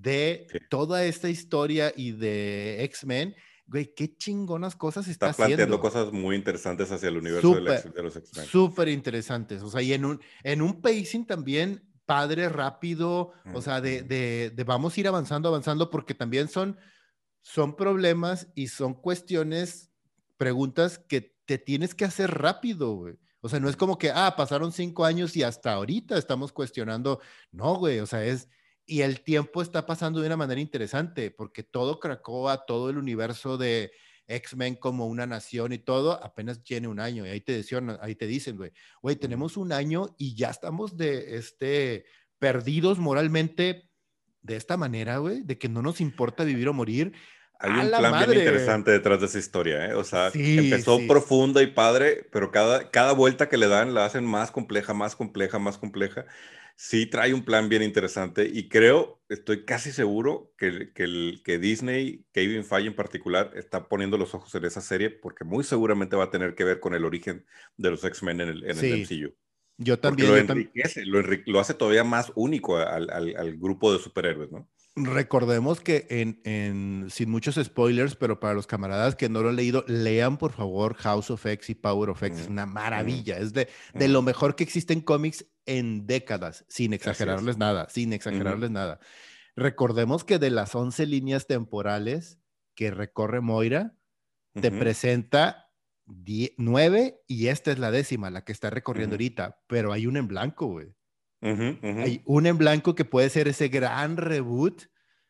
de sí. toda esta historia y de X-Men, güey, qué chingonas cosas está Está planteando haciendo. cosas muy interesantes hacia el universo del Súper, X- de los X-Men. súper interesantes. O sea, y en un, en un pacing también padre, rápido, o sea, de, Ujú. de, de vamos a ir avanzando, avanzando, porque también son, son problemas y son cuestiones, preguntas que te tienes que hacer rápido, güey. O sea, no es Ujú. como que, ah, pasaron cinco años y hasta ahorita estamos cuestionando. No, güey, o sea, es, y el tiempo está pasando de una manera interesante, porque todo Krakoa, todo el universo de X-Men como una nación y todo, apenas tiene un año. Y ahí te dicen, ahí te dicen, güey, güey, Ujú. tenemos un año y ya estamos de, este, perdidos moralmente de esta manera, güey, de que no nos importa vivir o morir. Hay A un la plan bien madre. interesante detrás de esa historia, ¿eh? O sea, Sí, empezó sí. profunda y padre, pero cada, cada vuelta que le dan la hacen más compleja, más compleja, más compleja. Sí trae un plan bien interesante y creo, estoy casi seguro que, que, el, que Disney, Kevin Feige en particular, está poniendo los ojos en esa serie porque muy seguramente va a tener que ver con el origen de los X-Men en el, en el Sí, M C U. yo Porque también, lo yo también. enriquece, lo, enri- lo hace todavía más único al, al, al grupo de superhéroes, ¿no? Recordemos que en, en, sin muchos spoilers, pero para los camaradas que no lo han leído, lean por favor House of X y Power of X. Es Ujú, una ujú, maravilla. Es de, de ujú. lo mejor que existe en cómics en décadas, sin Así es. exagerarles nada, sin Ujú, exagerarles nada. Recordemos que de las once líneas temporales que recorre Moira, te ujú, presenta die- nueve y esta es la décima, la que está recorriendo ujú. ahorita, pero hay una en blanco, güey. Ujú, ujú, Hay un en blanco que puede ser ese gran reboot,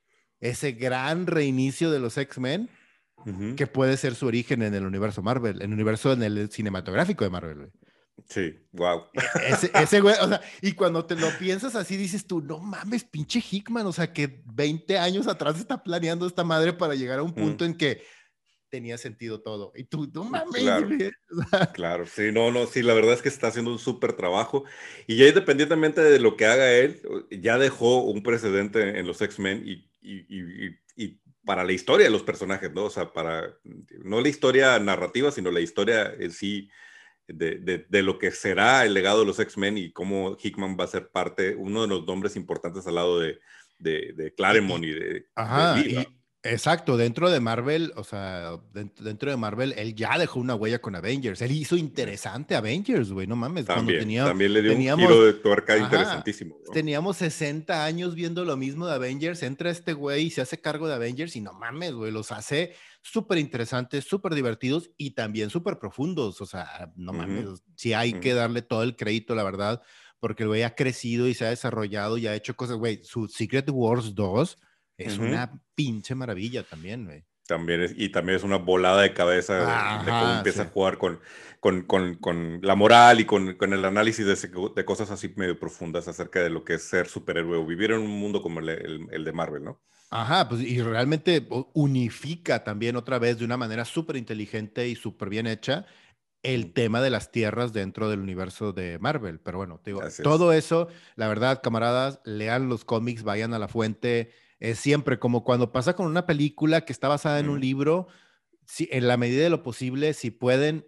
ese gran reinicio de los X-Men, ujú. que puede ser su origen en el universo Marvel, en el universo en el cinematográfico de Marvel, güey. Sí, wow. E- Ese, ese güey, o sea, y cuando te lo piensas así, dices tú, no mames, pinche Hickman, o sea, que veinte años atrás está planeando esta madre para llegar a un punto en que tenía sentido todo. Y tú, no mames, Claro. güey. O sea, Claro, sí, no, no, sí, la verdad es que está haciendo un súper trabajo y ya independientemente de lo que haga él, ya dejó un precedente en los X-Men y, y- y- y- y para la historia de los personajes, ¿no? O sea, para, no la historia narrativa, sino la historia en sí de, de- de lo que será el legado de los X-Men y cómo Hickman va a ser parte, uno de los nombres importantes al lado de, de, de y, Claremont y- y de, de ajá, Lee, ¿va? y exacto, dentro de Marvel, o sea, dentro, dentro de Marvel, él ya dejó una huella con Avengers. Él hizo Es- interesante Avengers, güey, no mames, cuando También, tenía, también le dio un teníamos, giro de tuerca ajá, interesantísimo, ¿no? teníamos sesenta años viendo lo mismo de Avengers, entra este güey y se hace cargo de Avengers y no mames, güey, los hace súper interesantes, súper divertidos y también súper profundos, o sea, no Ujú, mames, sí hay ujú. que darle todo el crédito, la verdad, porque el güey ha crecido y se ha desarrollado y ha hecho cosas, güey, su Secret Wars dos es Ujú. una pinche maravilla también, güey. También es, y también es una volada de cabeza de, de cómo Ajá, empieza a sí. jugar con, con, con, con la moral y con, con el análisis de, ese- de cosas así medio profundas acerca de lo que es ser superhéroe o vivir en un mundo como el, el- el de Marvel, ¿no? Ajá, pues y realmente o- unifica también otra vez de una manera súper inteligente y súper bien hecha el Mm, tema de las tierras dentro del universo de Marvel. Pero bueno, te digo, así es. todo eso, la verdad, camaradas, lean los cómics, vayan a la fuente. Es siempre como cuando pasa con una película que está basada en un Ujú, libro, si, en la medida de lo posible, si pueden,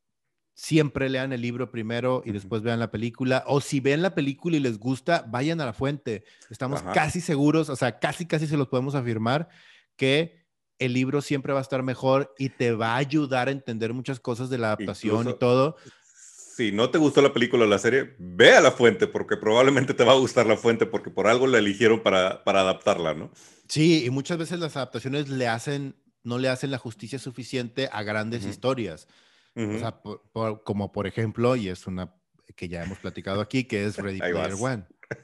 siempre lean el libro primero y ujú. después vean la película. O si ven la película y les gusta, vayan a la fuente. Estamos Ajá. casi seguros, o sea, casi, casi se los podemos afirmar que el libro siempre va a estar mejor y te va a ayudar a entender muchas cosas de la adaptación y Incluso todo. si no te gustó la película o la serie, ve a la fuente porque probablemente te va a gustar la fuente porque por algo la eligieron para, para adaptarla, ¿no? Sí, y muchas veces las adaptaciones le hacen, no le hacen la justicia suficiente a grandes Ujú, historias. O ujú. sea, por- por- como por ejemplo, y es una que ya hemos platicado aquí, que es Ready Ahí Player vas. One.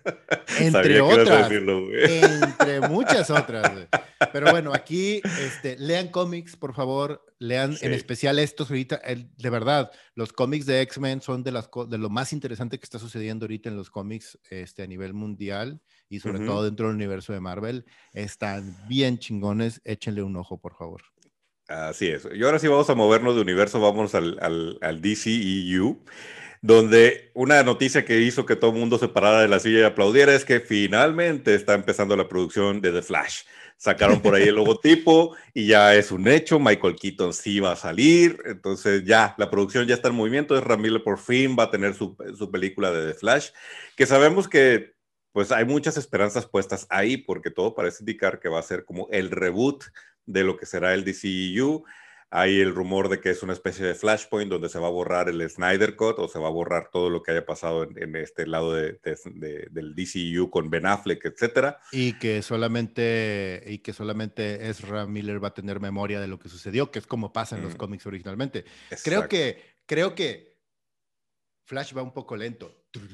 Entre Sabía que ibas a otras, decirlo, güey. entre muchas otras. Güey. Pero bueno, aquí este, lean cómics, por favor, lean en Sí. especial estos ahorita, el- de verdad, los cómics de X-Men son de, las, co- de lo más interesante que está sucediendo ahorita en los cómics este, a nivel mundial y sobre todo Ujú. dentro del universo de Marvel. Están bien chingones, échenle un ojo, por favor. Así es. Y ahora sí vamos a movernos de universo, vamos al, al, al D C E U, donde una noticia que hizo que todo el mundo se parara de la silla y aplaudiera es que finalmente está empezando la producción de The Flash. Sacaron por ahí el logotipo y ya es un hecho, Michael Keaton sí va a salir, entonces ya, la producción ya está en movimiento, Ezra Miller por fin va a tener su, su película de The Flash, que sabemos que pues hay muchas esperanzas puestas ahí porque todo parece indicar que va a ser como el reboot de lo que será el D C E U. Hay el rumor de que es una especie de Flashpoint donde se va a borrar el Snyder Cut o se va a borrar todo lo que haya pasado en, en este lado de, de, de, del D C E U con Ben Affleck, etcétera. Y que solamente, y que solamente Ezra Miller va a tener memoria de lo que sucedió, que es como pasa en los Mm, cómics originalmente. Creo exacto. que, creo que Flash va un poco lento.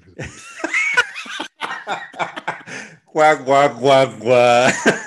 Guau, guau, guau, guau.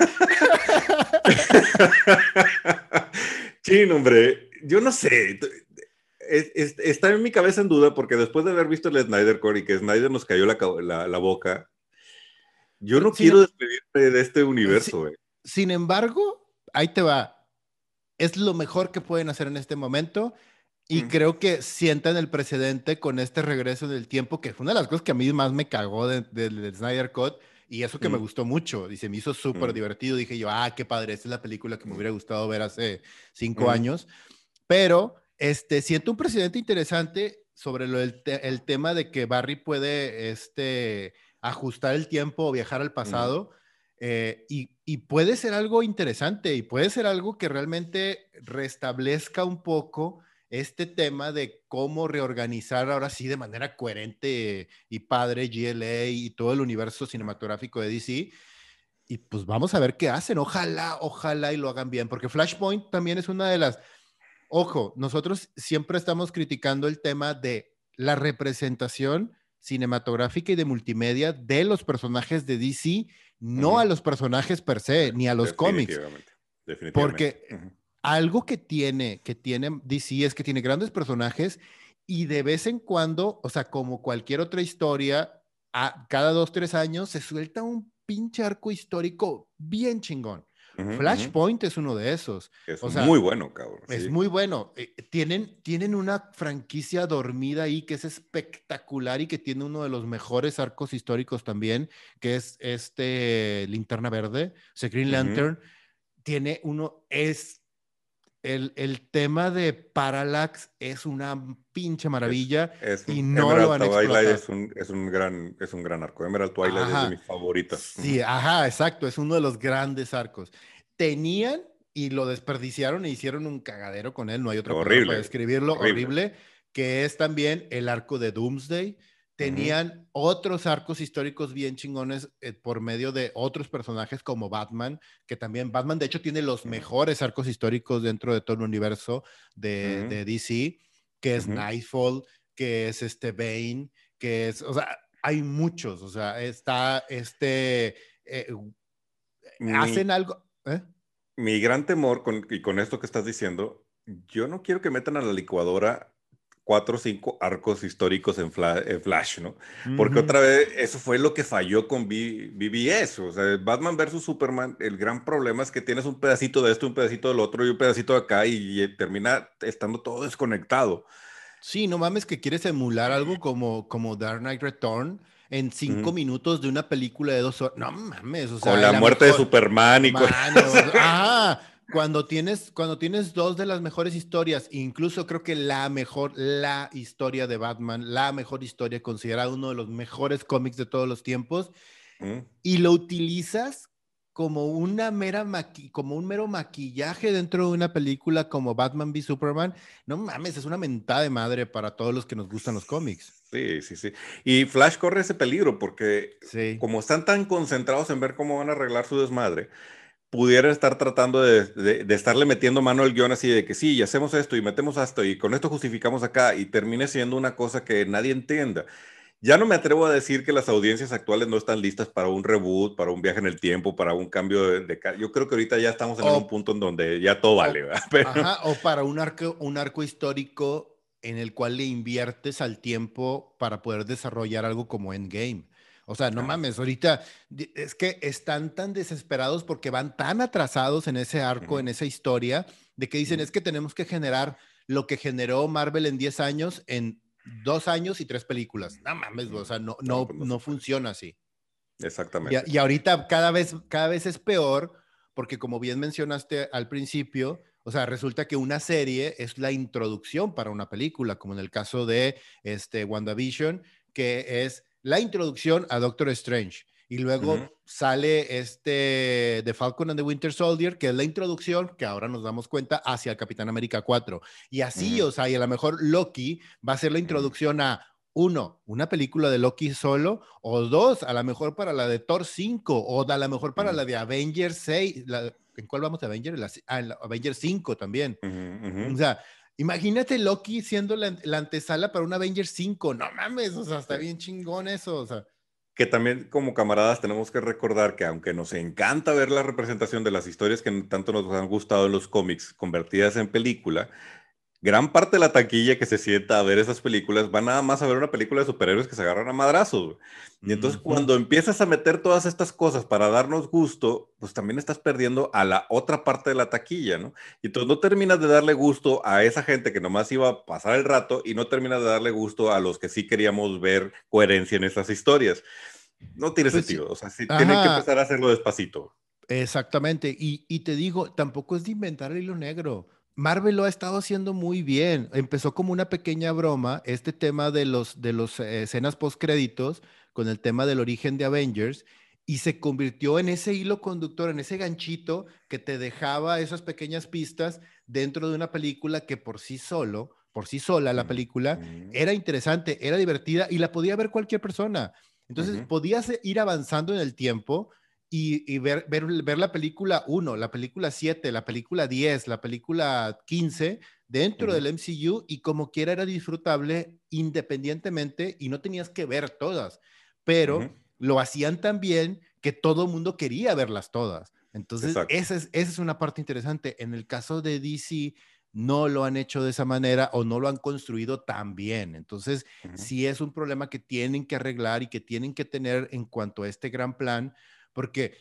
Sí, hombre, yo no sé. Es, es, está en mi cabeza en duda porque después de haber visto el Snyder Core y que Snyder nos cayó la, la, la boca, yo Pero no sin, quiero em- despedirme de este si- universo. Eh. sin embargo, ahí te va. Es lo mejor que pueden hacer en este momento. Y Mm, creo que sientan el precedente con este regreso del tiempo, que fue una de las cosas que a mí más me cagó de- de- del Snyder Cut, y eso que me mm, gustó mucho, y se me hizo súper mm, divertido. Dije yo, ah, qué padre, esta es la película que me mm, hubiera gustado ver hace cinco mm, años. Pero este, siento un precedente interesante sobre lo del te- el tema de que Barry puede este, ajustar el tiempo o viajar al mm. pasado. eh, y, y puede ser algo interesante y puede ser algo que realmente restablezca un poco este tema de cómo reorganizar ahora sí de manera coherente y padre G L A y todo el universo cinematográfico de D C. Y pues vamos a ver qué hacen. Ojalá, ojalá y lo hagan bien, porque Flashpoint también es una de las... Ojo, nosotros siempre estamos criticando el tema de la representación cinematográfica y de multimedia de los personajes de D C, no a Ujú. los personajes per se, ni a los cómics. Definitivamente, definitivamente. Porque Ujú. algo que tiene, que tiene D C es que tiene grandes personajes y de vez en cuando, o sea, como cualquier otra historia, a, cada dos, tres años se suelta un pinche arco histórico bien chingón. Ujú, ujú. Flashpoint es uno de esos. Es O muy sea, bueno, cabrón, es sí. muy bueno. Eh, tienen, tienen una franquicia dormida ahí que es espectacular y que tiene uno de los mejores arcos históricos también, que es este Linterna Verde, o sea, Green Ujú. Lantern. Tiene uno, es el, el tema de Parallax es una pinche Es, maravilla es y no lo Emerald han Twilight explotado. es un, es un gran, es un gran arco. Emerald Twilight es de Ajá, mis favoritas. sí, Ujú. ajá, exacto, es uno de los grandes arcos. Tenían y lo desperdiciaron e hicieron un cagadero con él, no hay otra palabra para Horrible, describirlo, horrible. horrible, que es también el arco de Doomsday. Ujú. Tenían otros arcos históricos bien chingones eh, por medio de otros personajes como Batman, que también Batman de hecho tiene los Ujú. mejores arcos históricos dentro de todo el universo de, Ujú. de D C, que es Ujú. Nightfall, que es este Bane, que es, o sea, hay muchos, o sea, está este, eh, Mi, hacen algo, ¿eh? mi gran temor con, y con esto que estás diciendo, yo no quiero que metan a la licuadora cuatro o cinco arcos históricos en, Fla- en Flash, ¿no? Porque Ujú. otra vez eso fue lo que falló con B- B B S. O sea, Batman versus Superman, el gran problema es que tienes un pedacito de esto, un pedacito del otro y un pedacito de acá y, y termina estando todo desconectado. Sí, no mames que quieres emular algo como, como Dark Knight Return en cinco Ujú. minutos de una película de dos horas. No mames, o Con sea, la la muerte de mejor. Superman y con... Mano, ajá, cuando tienes, cuando tienes dos de las mejores historias, incluso creo que la mejor, la historia de Batman, la mejor historia considerada uno de los mejores cómics de todos los tiempos, Ujú. y lo utilizas como una mera maqui como un mero maquillaje dentro de una película como Batman v Superman, no mames, es una mentada de madre para todos los que nos gustan los cómics. Sí, sí, sí. Y Flash corre ese peligro porque Sí. como están tan concentrados en ver cómo van a arreglar su desmadre, pudiera estar tratando de, de- de estarle metiendo mano al guión así de que sí, y hacemos esto y metemos esto y con esto justificamos acá y termine siendo una cosa que nadie entienda. Ya no me atrevo a decir que las audiencias actuales no están listas para un reboot, para un viaje en el tiempo, para un cambio de, de ca- Yo creo que ahorita ya estamos en un O, punto en donde ya todo vale, o, ¿verdad? Pero... ajá, o para un arco, un arco histórico en el cual le inviertes al tiempo para poder desarrollar algo como Endgame. O sea, no Ah, mames, ahorita di- es que están tan desesperados porque van tan atrasados en ese arco, ujú, en esa historia, de que dicen, ujú. es que tenemos que generar lo que generó Marvel en diez años, en dos años y tres películas. No mames, o Mm, sea, no, No, no, pues no se no puede. funciona así. Y, a- Exactamente. y ahorita cada vez, cada vez es peor, porque como bien mencionaste al principio, o sea, resulta que una serie es la introducción para una película, como en el caso de este, WandaVision, que es la introducción a Doctor Strange. Y Ujú, luego sale este The Falcon and the Winter Soldier, que es la introducción, que ahora nos damos cuenta, hacia el Capitán América cuatro. Y así, ujú, o sea, y a lo mejor Loki va a ser la ujú, introducción a uno, una película de Loki solo, o dos, a lo mejor para la de Thor cinco, o a lo mejor para ujú, la de Avengers seis. La, ¿en cuál vamos a Avengers? La, ah, en la Avengers cinco también. ujú, ujú. O sea, imagínate Loki siendo la, la antesala para un Avengers cinco. No mames, o sea, está Sí. bien chingón eso, o sea. Que también como camaradas tenemos que recordar que aunque nos encanta ver la representación de las historias que tanto nos han gustado en los cómics convertidas en película, gran parte de la taquilla que se sienta a ver esas películas va nada más a ver una película de superhéroes que se agarran a madrazos, güey. Y entonces Ujú. cuando empiezas a meter todas estas cosas para darnos gusto, pues también estás perdiendo a la otra parte de la taquilla, ¿no? Y entonces no terminas de darle gusto a esa gente que nomás iba a pasar el rato y no terminas de darle gusto a los que sí queríamos ver coherencia en esas historias. No tiene Pues sí, sentido, o sea, sí tienen que ajá, empezar a hacerlo despacito. exactamente. Y, y te digo, tampoco es de inventar el hilo negro. Marvel lo ha estado haciendo muy bien. Empezó como una pequeña broma, este tema de los de los eh, escenas post créditos con el tema del origen de Avengers y se convirtió en ese hilo conductor, en ese ganchito que te dejaba esas pequeñas pistas dentro de una película que por sí solo, por sí sola la Ujú, película ujú, era interesante, era divertida y la podía ver cualquier persona. Entonces ujú, podías ir avanzando en el tiempo y, y ver, ver, ver, la película uno, la película siete, la película diez, la película quince dentro Ujú, del M C U y como quiera era disfrutable independientemente y no tenías que ver todas, ujú. pero lo hacían tan bien que todo el mundo quería verlas todas. Entonces, Exacto. esa es, esa es una parte interesante. En el caso de D C, no lo han hecho de esa manera o no lo han construido tan bien. Entonces, Ujú, sí es un problema que tienen que arreglar y que tienen que tener en cuanto a este gran plan, porque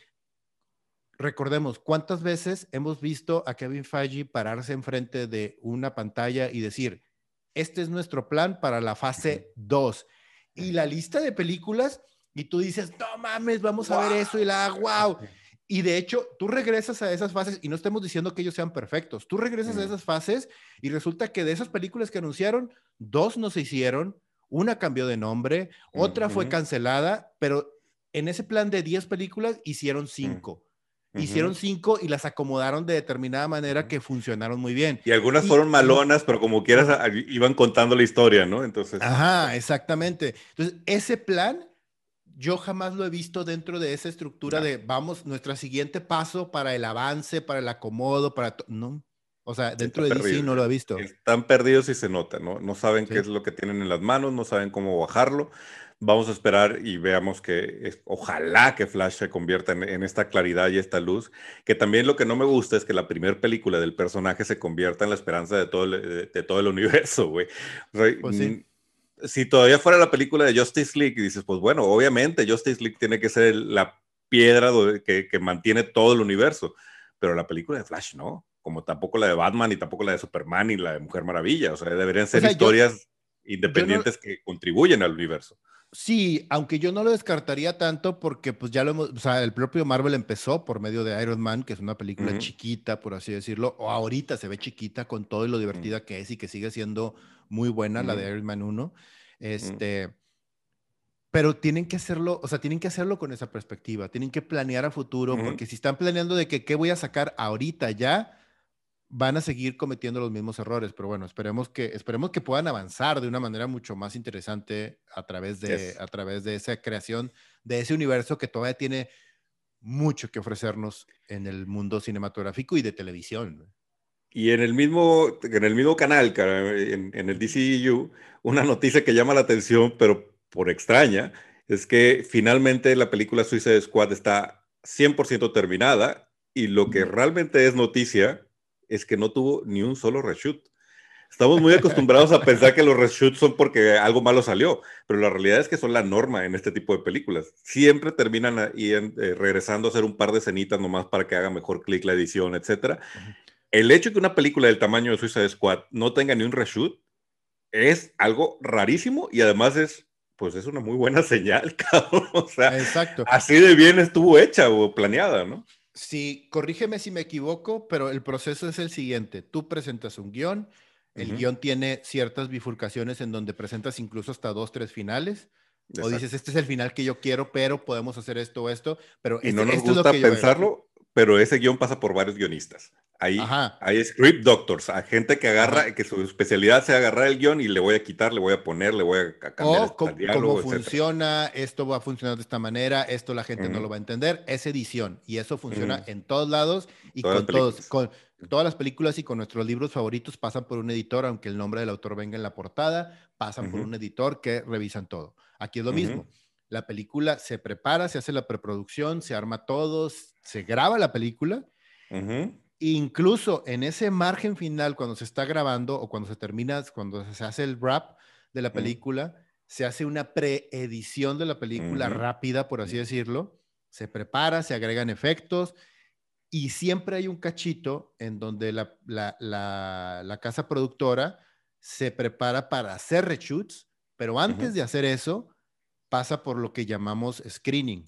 recordemos, ¿cuántas veces hemos visto a Kevin Feige pararse enfrente de una pantalla y decir, este es nuestro plan para la ujú, fase dos? Y ujú. la lista de películas, y tú dices, no mames, vamos a ver eso, y la, wow. ¡Guau! Y de hecho, tú regresas a esas fases, y no estamos diciendo que ellos sean perfectos, tú regresas a Mm, esas fases y resulta que de esas películas que anunciaron, dos no se hicieron, una cambió de nombre, otra fue ujú, cancelada, pero en ese plan de diez películas hicieron mm, cinco. Hicieron ujú, cinco y las acomodaron de determinada manera ujú. que funcionaron muy bien. Y algunas Y, fueron malonas, pero como quieras a- iban contando la historia, ¿no? Entonces, ajá, bueno, exactamente. Entonces, ese plan yo jamás lo he visto dentro de esa estructura no, de vamos, nuestro siguiente paso para el avance, para el acomodo, para... to- No. O sea, dentro está de D C perdido. no lo he visto. Están perdidos y se nota, ¿no? No saben qué Sí, es lo que tienen en las manos, no saben cómo bajarlo. Vamos a esperar y veamos que es- ojalá que Flash se convierta en, en esta claridad y esta luz. Que también lo que no me gusta es que la primera película del personaje se convierta en la esperanza de todo el, de, de todo el universo, güey. O sea, pues sí. mm, si todavía fuera la película de Justice League, y dices, pues bueno, obviamente Justice League tiene que ser el- la piedra do- que, que mantiene todo el universo, pero la película de Flash no, como tampoco la de Batman, y tampoco la de Superman, y la de Mujer Maravilla, o sea, deberían O ser sea, yo, historias yo no, independientes que contribuyen al universo. sí, aunque yo no lo descartaría tanto porque pues ya lo hemos, o sea, el propio Marvel empezó por medio de Iron Man, que es una película Ujú, chiquita, por así decirlo, o ahorita se ve chiquita con todo y lo ujú, divertida que es y que sigue siendo muy buena la ujú, de Iron Man uno. ujú, Este, pero tienen que hacerlo, o sea, tienen que hacerlo con esa perspectiva, tienen que planear a futuro, ujú. porque si están planeando de que qué voy a sacar ahorita ya, van a seguir cometiendo los mismos errores, pero bueno, esperemos que, esperemos que puedan avanzar de una manera mucho más interesante a través de, Yes. a través de esa creación de ese universo que todavía tiene mucho que ofrecernos en el mundo cinematográfico y de televisión. Y en el mismo, en el mismo canal, cara, en, en el D C U, una noticia que llama la atención, pero por extraña, es que finalmente la película Suicide Squad está cien por ciento terminada, y lo que realmente es noticia es que no tuvo ni un solo reshoot. Estamos muy acostumbrados a pensar que los reshoots son porque algo malo salió, pero la realidad es que son la norma en este tipo de películas. Siempre terminan ahí en- eh, regresando a hacer un par de escenitas nomás para que haga mejor clic la edición, etcétera. El hecho de que una película del tamaño de Suicide Squad no tenga ni un reshoot es algo rarísimo, y además es, pues es una muy buena señal, cabrón. O sea, Exacto. así de bien estuvo hecha o planeada, ¿no? Sí, corrígeme si me equivoco, pero el proceso es el siguiente. Tú presentas un guión, el Ujú, guión tiene ciertas bifurcaciones en donde presentas incluso hasta dos, tres finales, o dices, exacto. este es el final que yo quiero, pero podemos hacer esto o esto, pero Y no este, nos esto es lo que gusta yo veo. pensarlo, pero ese guión pasa por varios guionistas. Hay, Ajá, hay script doctors, a gente que ajá. agarra, que su especialidad sea agarrar el guión y le voy a quitar, le voy a poner, le voy a cambiar O este co- cómo diálogo, etcétera. funciona, esto va a funcionar de esta manera, esto la gente no lo Ujú, va a entender, es edición y eso funciona ujú. en todos lados y Todas las con todos, películas. con todas las películas y con nuestros libros favoritos pasan por un editor, aunque el nombre del autor venga en la portada, pasan por Ujú, un editor que revisan todo. Aquí es lo ujú, mismo. La película se prepara, se hace la preproducción, se arma todo, se graba la película. ujú, Incluso en ese margen final, cuando se está grabando o cuando se termina, cuando se hace el wrap de la ujú, película, se hace una preedición de la película ujú, rápida, por así ujú, decirlo. Se prepara, se agregan efectos y siempre hay un cachito en donde la, la, la, la casa productora se prepara para hacer reshoots, pero ujú. antes de hacer eso, pasa por lo que llamamos screening,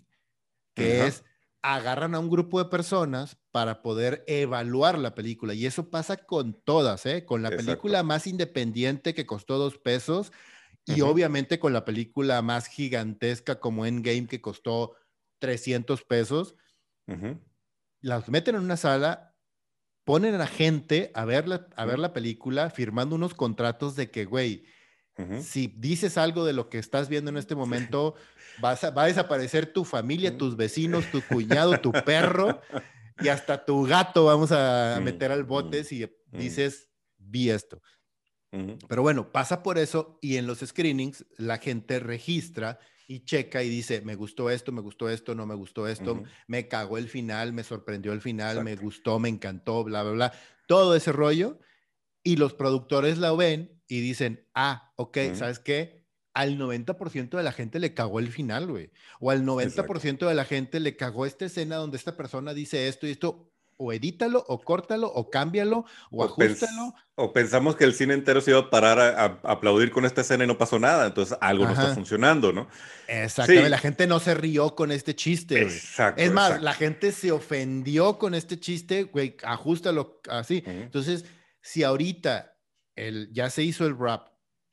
que Ajá, es agarran a un grupo de personas para poder evaluar la película. Y eso pasa con todas, ¿eh? Con la película exacto. más independiente que costó dos pesos y Ujú, obviamente con la película más gigantesca como Endgame que costó trescientos pesos. ujú, Las meten en una sala, ponen a la gente a ver la, a ver ujú, la película firmando unos contratos de que, güey, ujú. si dices algo de lo que estás viendo en este momento, vas a, va a desaparecer tu familia, tus vecinos, tu cuñado, tu perro y hasta tu gato vamos a Mm, meter al bote mm, si mm. dices vi esto. Uh-huh. Pero bueno, pasa por eso y en los screenings la gente registra y checa y dice, me gustó esto, me gustó esto, no me gustó esto, uh-huh. me cagó el final, me sorprendió el final, Exacto. me gustó, me encantó, bla, bla, bla. Todo ese rollo y los productores la ven y dicen, ah, ok, uh-huh. ¿sabes qué? Al noventa por ciento de la gente le cagó el final, güey. O al noventa por ciento Exacto. de la gente le cagó esta escena donde esta persona dice esto y esto. O edítalo, o córtalo, o cámbialo, o, o ajustalo. Pens o pensamos que el cine entero se iba a parar a, a, a aplaudir con esta escena y no pasó nada. Entonces algo Ajá. no está funcionando, ¿no? Exactamente. Sí. La gente no se rió con este chiste, güey. Exacto. Es más, exacto. la gente se ofendió con este chiste, güey, ajustalo así. Uh-huh. Entonces, si ahorita el, ya se hizo el rap,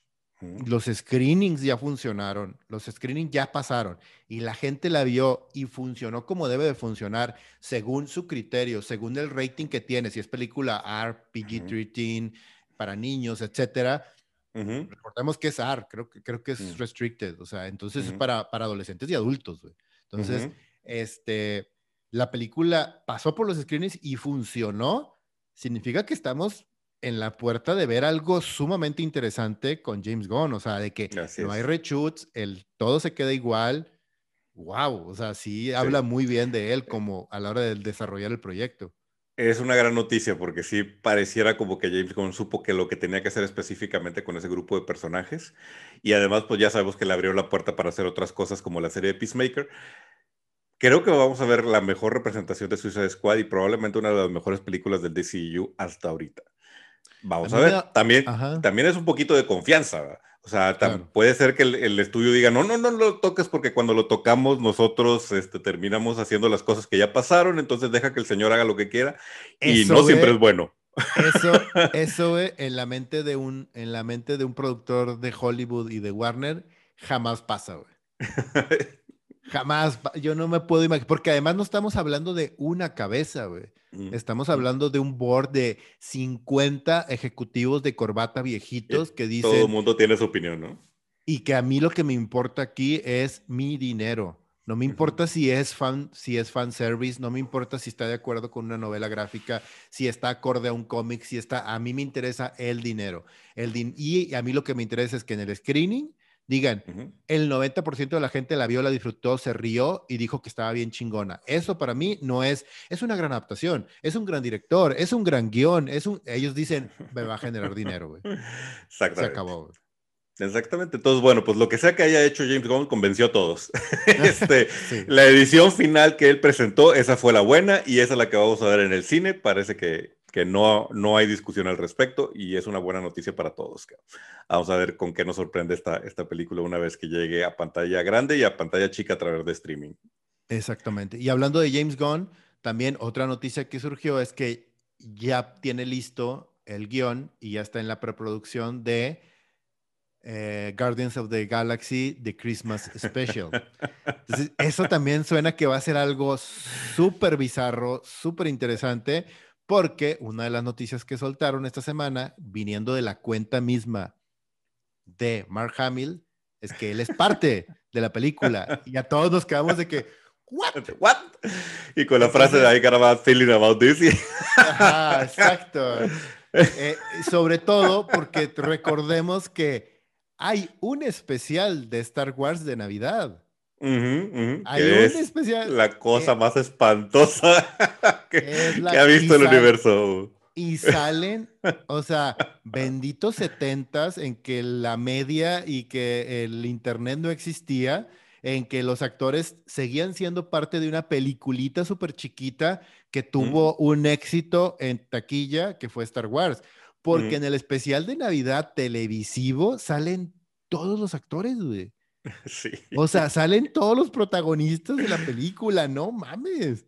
los screenings ya funcionaron, los screenings ya pasaron y la gente la vio y funcionó como debe de funcionar según su criterio, según el rating que tiene, si es película R, P G trece, uh-huh. para niños, etcétera. Uh-huh. Recordemos que es R, creo, creo que es uh-huh. restricted, o sea, entonces uh-huh. es para, para adolescentes y adultos, güey. Entonces, uh-huh. este, la película pasó por los screenings y funcionó, significa que estamos en la puerta de ver algo sumamente interesante con James Gunn, o sea, de que Así no es. hay reshoots, el, todo se queda igual. Wow, o sea, sí, sí habla muy bien de él como a la hora de desarrollar el proyecto. Es una gran noticia porque sí pareciera como que James Gunn supo que lo que tenía que hacer específicamente con ese grupo de personajes y además pues ya sabemos que le abrió la puerta para hacer otras cosas como la serie de Peacemaker. Creo que vamos a ver la mejor representación de Suicide Squad y probablemente una de las mejores películas del D C U hasta ahorita. Vamos a, a ver, da... también, también es un poquito de confianza, ¿verdad? O sea, claro. puede ser que el, el estudio diga, no, no, no lo toques porque cuando lo tocamos nosotros este, terminamos haciendo las cosas que ya pasaron, entonces deja que el señor haga lo que quiera y eso no ve, siempre es bueno. Eso, eso ve, en la mente de un, en la mente de un productor de Hollywood y de Warner jamás pasa, güey. Jamás, yo no me puedo imaginar, porque además no estamos hablando de una cabeza, güey. Estamos hablando de un board de cincuenta ejecutivos de corbata viejitos que dicen... Todo el mundo tiene su opinión, ¿no? Y que a mí lo que me importa aquí es mi dinero. No me importa uh-huh. si es fan, si es fan service, no me importa si está de acuerdo con una novela gráfica, si está acorde a un cómic, si está... A mí me interesa el dinero. El din- y a mí lo que me interesa es que en el screening digan, uh-huh. el noventa por ciento de la gente la vio, la disfrutó, se rió y dijo que estaba bien chingona. Eso para mí no es, es una gran adaptación, es un gran director, es un gran guión, es un, ellos dicen, me va a generar dinero, güey. Se acabó, güey. Exactamente. Entonces, bueno, pues lo que sea que haya hecho James Gunn convenció a todos. este, sí. La edición final que él presentó, esa fue la buena y esa es la que vamos a ver en el cine. Parece que, que no, no hay discusión al respecto y es una buena noticia para todos. Vamos a ver con qué nos sorprende esta, esta película una vez que llegue a pantalla grande y a pantalla chica a través de streaming. Exactamente. Y hablando de James Gunn, también otra noticia que surgió es que ya tiene listo el guión y ya está en la preproducción de Eh, Guardians of the Galaxy, The Christmas Special. Entonces, eso también suena que va a ser algo súper bizarro, súper interesante, porque una de las noticias que soltaron esta semana, viniendo de la cuenta misma de Mark Hamill, es que él es parte de la película. Y a todos nos quedamos de que, ¿what? ¿What? Y con la Entonces, frase de I got a bad feeling about this. Ajá, exacto. Eh, sobre todo porque recordemos que hay un especial de Star Wars de Navidad. Uh -huh, uh -huh, hay un es especial. La cosa eh, más espantosa que, la, que ha visto el sal, universo. Y salen, o sea, benditos setentas en que la media y que el internet no existía, en que los actores seguían siendo parte de una peliculita súper chiquita que tuvo uh -huh. un éxito en taquilla, que fue Star Wars. Porque mm. en el especial de Navidad televisivo salen todos los actores, güey. Sí. O sea, salen todos los protagonistas de la película, no mames.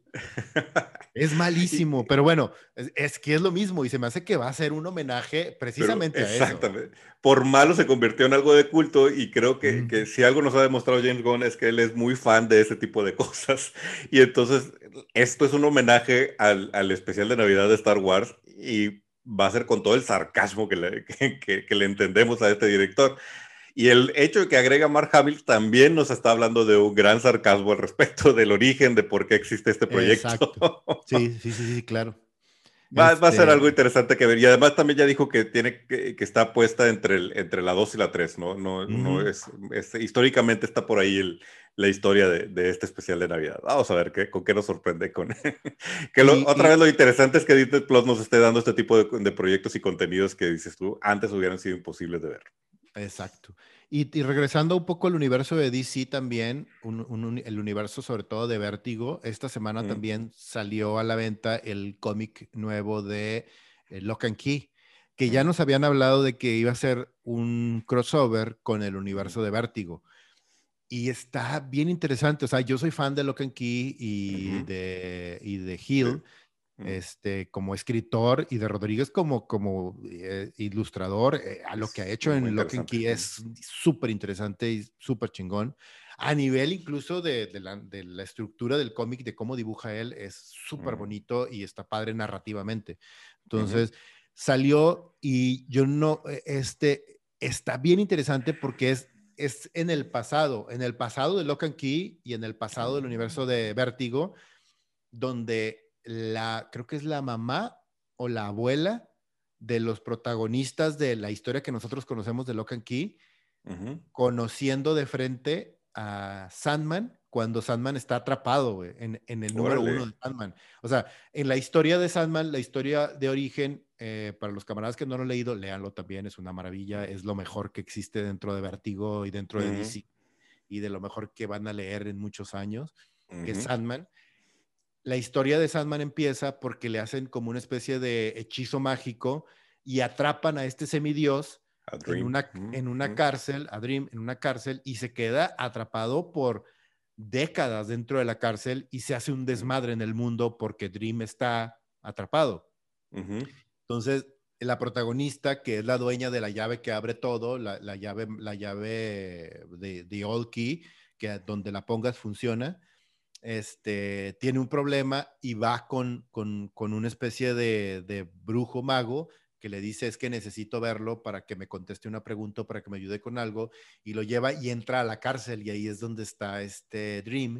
Es malísimo, pero bueno, es, es que es lo mismo y se me hace que va a ser un homenaje precisamente pero, a eso. Exactamente. Por malo se convirtió en algo de culto y creo que, mm. que si algo nos ha demostrado James Gunn es que él es muy fan de ese tipo de cosas. Y entonces, esto es un homenaje al, al especial de Navidad de Star Wars y va a ser con todo el sarcasmo que le, que, que, que le entendemos a este director. Y el hecho de que agrega Mark Hamill también nos está hablando de un gran sarcasmo al respecto del origen de por qué existe este proyecto. Exacto. Sí, sí, sí, sí, claro. Va, va a ser algo Este, interesante que ver. Y además también ya dijo que tiene que, que está puesta entre, el, entre la dos y la tres, ¿no? No, no ujú. es, es- históricamente está por ahí el- la historia de, de este especial de Navidad. Vamos a ver qué, con qué nos sorprende. Con que lo- Y, otra vez y- lo interesante es que Disney Plus nos esté dando este tipo de, de proyectos y contenidos que dices tú, antes hubieran sido imposibles de ver. exacto. Y, y regresando un poco al universo de D C también, un- un uni- el universo sobre todo de Vértigo, esta semana Mm, también salió a la venta el cómic nuevo de eh, Lock and Key, que ya mm, nos habían hablado de que iba a ser un crossover con el mm, universo de Vértigo. Y está bien interesante. O sea, yo soy fan de Lock and Key y ujú. de, y de Sí. Hill, Mm. este, como escritor, y de Rodríguez como, como eh, ilustrador. Eh, a lo que ha Es hecho muy en Lock and interesante. Key Mm, es súper interesante y súper chingón. A nivel incluso de, de, la, de la estructura del cómic, de cómo dibuja él, es súper mm, bonito y está padre narrativamente. ujú, Entonces, salió y yo no, eh, este, está bien interesante porque es es en el pasado, en el pasado de Lock and Key y en el pasado del universo de Vértigo, donde la, creo que es la mamá o la abuela de los protagonistas de la historia que nosotros conocemos de Lock and Key, ujú. conociendo de frente a Sandman cuando Sandman está atrapado, güey, en, en el número uno Órale. de Sandman. O sea, en la historia de Sandman, la historia de origen, eh, para los camaradas que no lo han leído, léanlo también, es una maravilla, es lo mejor que existe dentro de Vertigo y dentro de Ujú, D C y de lo mejor que van a leer en muchos años, que es ujú. Sandman. La historia de Sandman empieza porque le hacen como una especie de hechizo mágico y atrapan a este semidios A en Dream. una, Mm, en una mm, cárcel, a Dream, en una cárcel, y se queda atrapado por décadas dentro de la cárcel y se hace un mm, desmadre en el mundo porque Dream está atrapado. ujú, Entonces, la protagonista, que es la dueña de la llave que abre todo, la, la llave, la llave de, de All Key, que donde la pongas funciona, este, tiene un problema y va con, con, con una especie de, de, brujo mago que le dice es que necesito verlo para que me conteste una pregunta, para que me ayude con algo, y lo lleva y entra a la cárcel y ahí es donde está este Dream,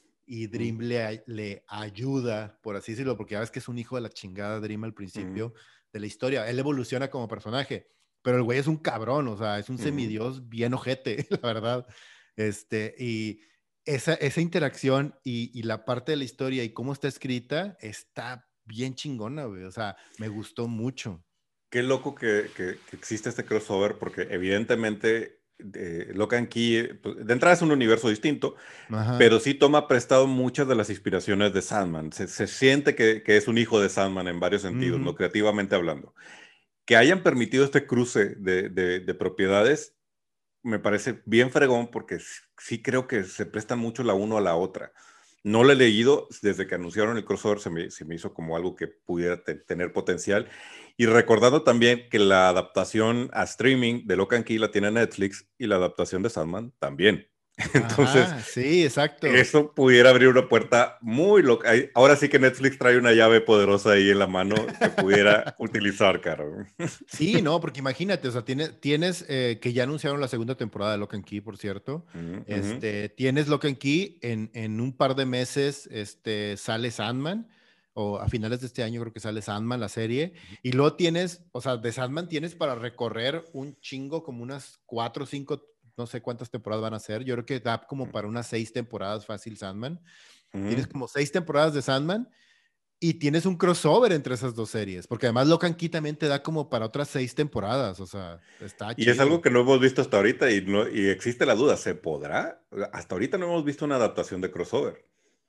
y mm, Dream le, le ayuda, por así decirlo, porque ya ves que es un hijo de la chingada Dream al mm, principio de la historia. Él evoluciona como personaje, pero el güey es un cabrón, o sea, es un ujú. semidios bien ojete, la verdad. Este, y esa, esa interacción y, y la parte de la historia y cómo está escrita está bien chingona, güey. O sea, me gustó mucho. Qué loco que, que- que existe este crossover, porque evidentemente eh, Lock and Key, eh, pues, de entrada es un universo distinto, Ajá. pero sí toma prestado muchas de las inspiraciones de Sandman. Se, se siente que, que es un hijo de Sandman en varios sentidos, no Ujú. creativamente hablando. Que hayan permitido este cruce de, de- de propiedades me parece bien fregón, porque s- sí creo que se presta mucho la uno a la otra. No lo he leído, desde que anunciaron el crossover se me, se me hizo como algo que pudiera te- tener potencial. Y recordando también que la adaptación a streaming de Lock and Key la tiene Netflix y la adaptación de Sandman también. Entonces, Ajá, sí, exacto. eso pudiera abrir una puerta muy loca. Ahí- Ahora sí que Netflix trae una llave poderosa ahí en la mano que pudiera utilizar, caro. Sí, no, porque imagínate, o sea, tiene, tienes, eh, que ya anunciaron la segunda temporada de Lock and Key, por cierto. Ujú, ujú. Este, tienes Lock and Key, en, en un par de meses, este, sale Sandman, o a finales de este año creo que sale Sandman, la serie, y luego tienes, o sea, de Sandman tienes para recorrer un chingo, como unas cuatro o cinco, no sé cuántas temporadas van a ser, yo creo que da como para unas seis temporadas fácil Sandman. Tienes Ujú. como seis temporadas de Sandman y tienes un crossover entre esas dos series, porque además Locan Key también te da como para otras seis temporadas, o sea, está Y es algo chido. que no hemos visto hasta ahorita y, no, y existe la duda, ¿se podrá? Hasta ahorita no hemos visto una adaptación de crossover.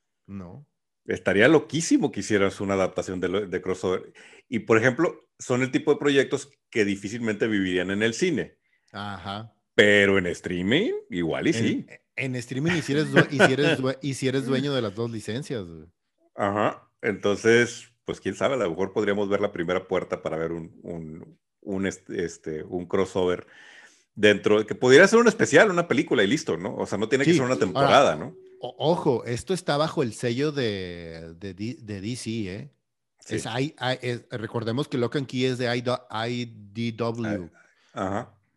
No. Estaría loquísimo que hicieras una adaptación de, lo- de crossover. Y, por ejemplo, son el tipo de proyectos que difícilmente vivirían en el cine, Ajá. pero en streaming igual y En, sí. en streaming y si eres, due- y si eres, due- y si eres dueño de las dos licencias, güey. Ajá. Entonces, pues quién sabe, a lo mejor podríamos ver la primera puerta para ver un, un, un, este, este, un crossover dentro, que pudiera ser un especial, una película y listo, ¿no? O sea, no tiene que ser Sí, una ahora, temporada, ¿no? o- ojo, esto está bajo el sello de, de, D- de D C, ¿eh? Es, Sí. I- I- es- recordemos que Locan Key es de I D Ah, W. ajá.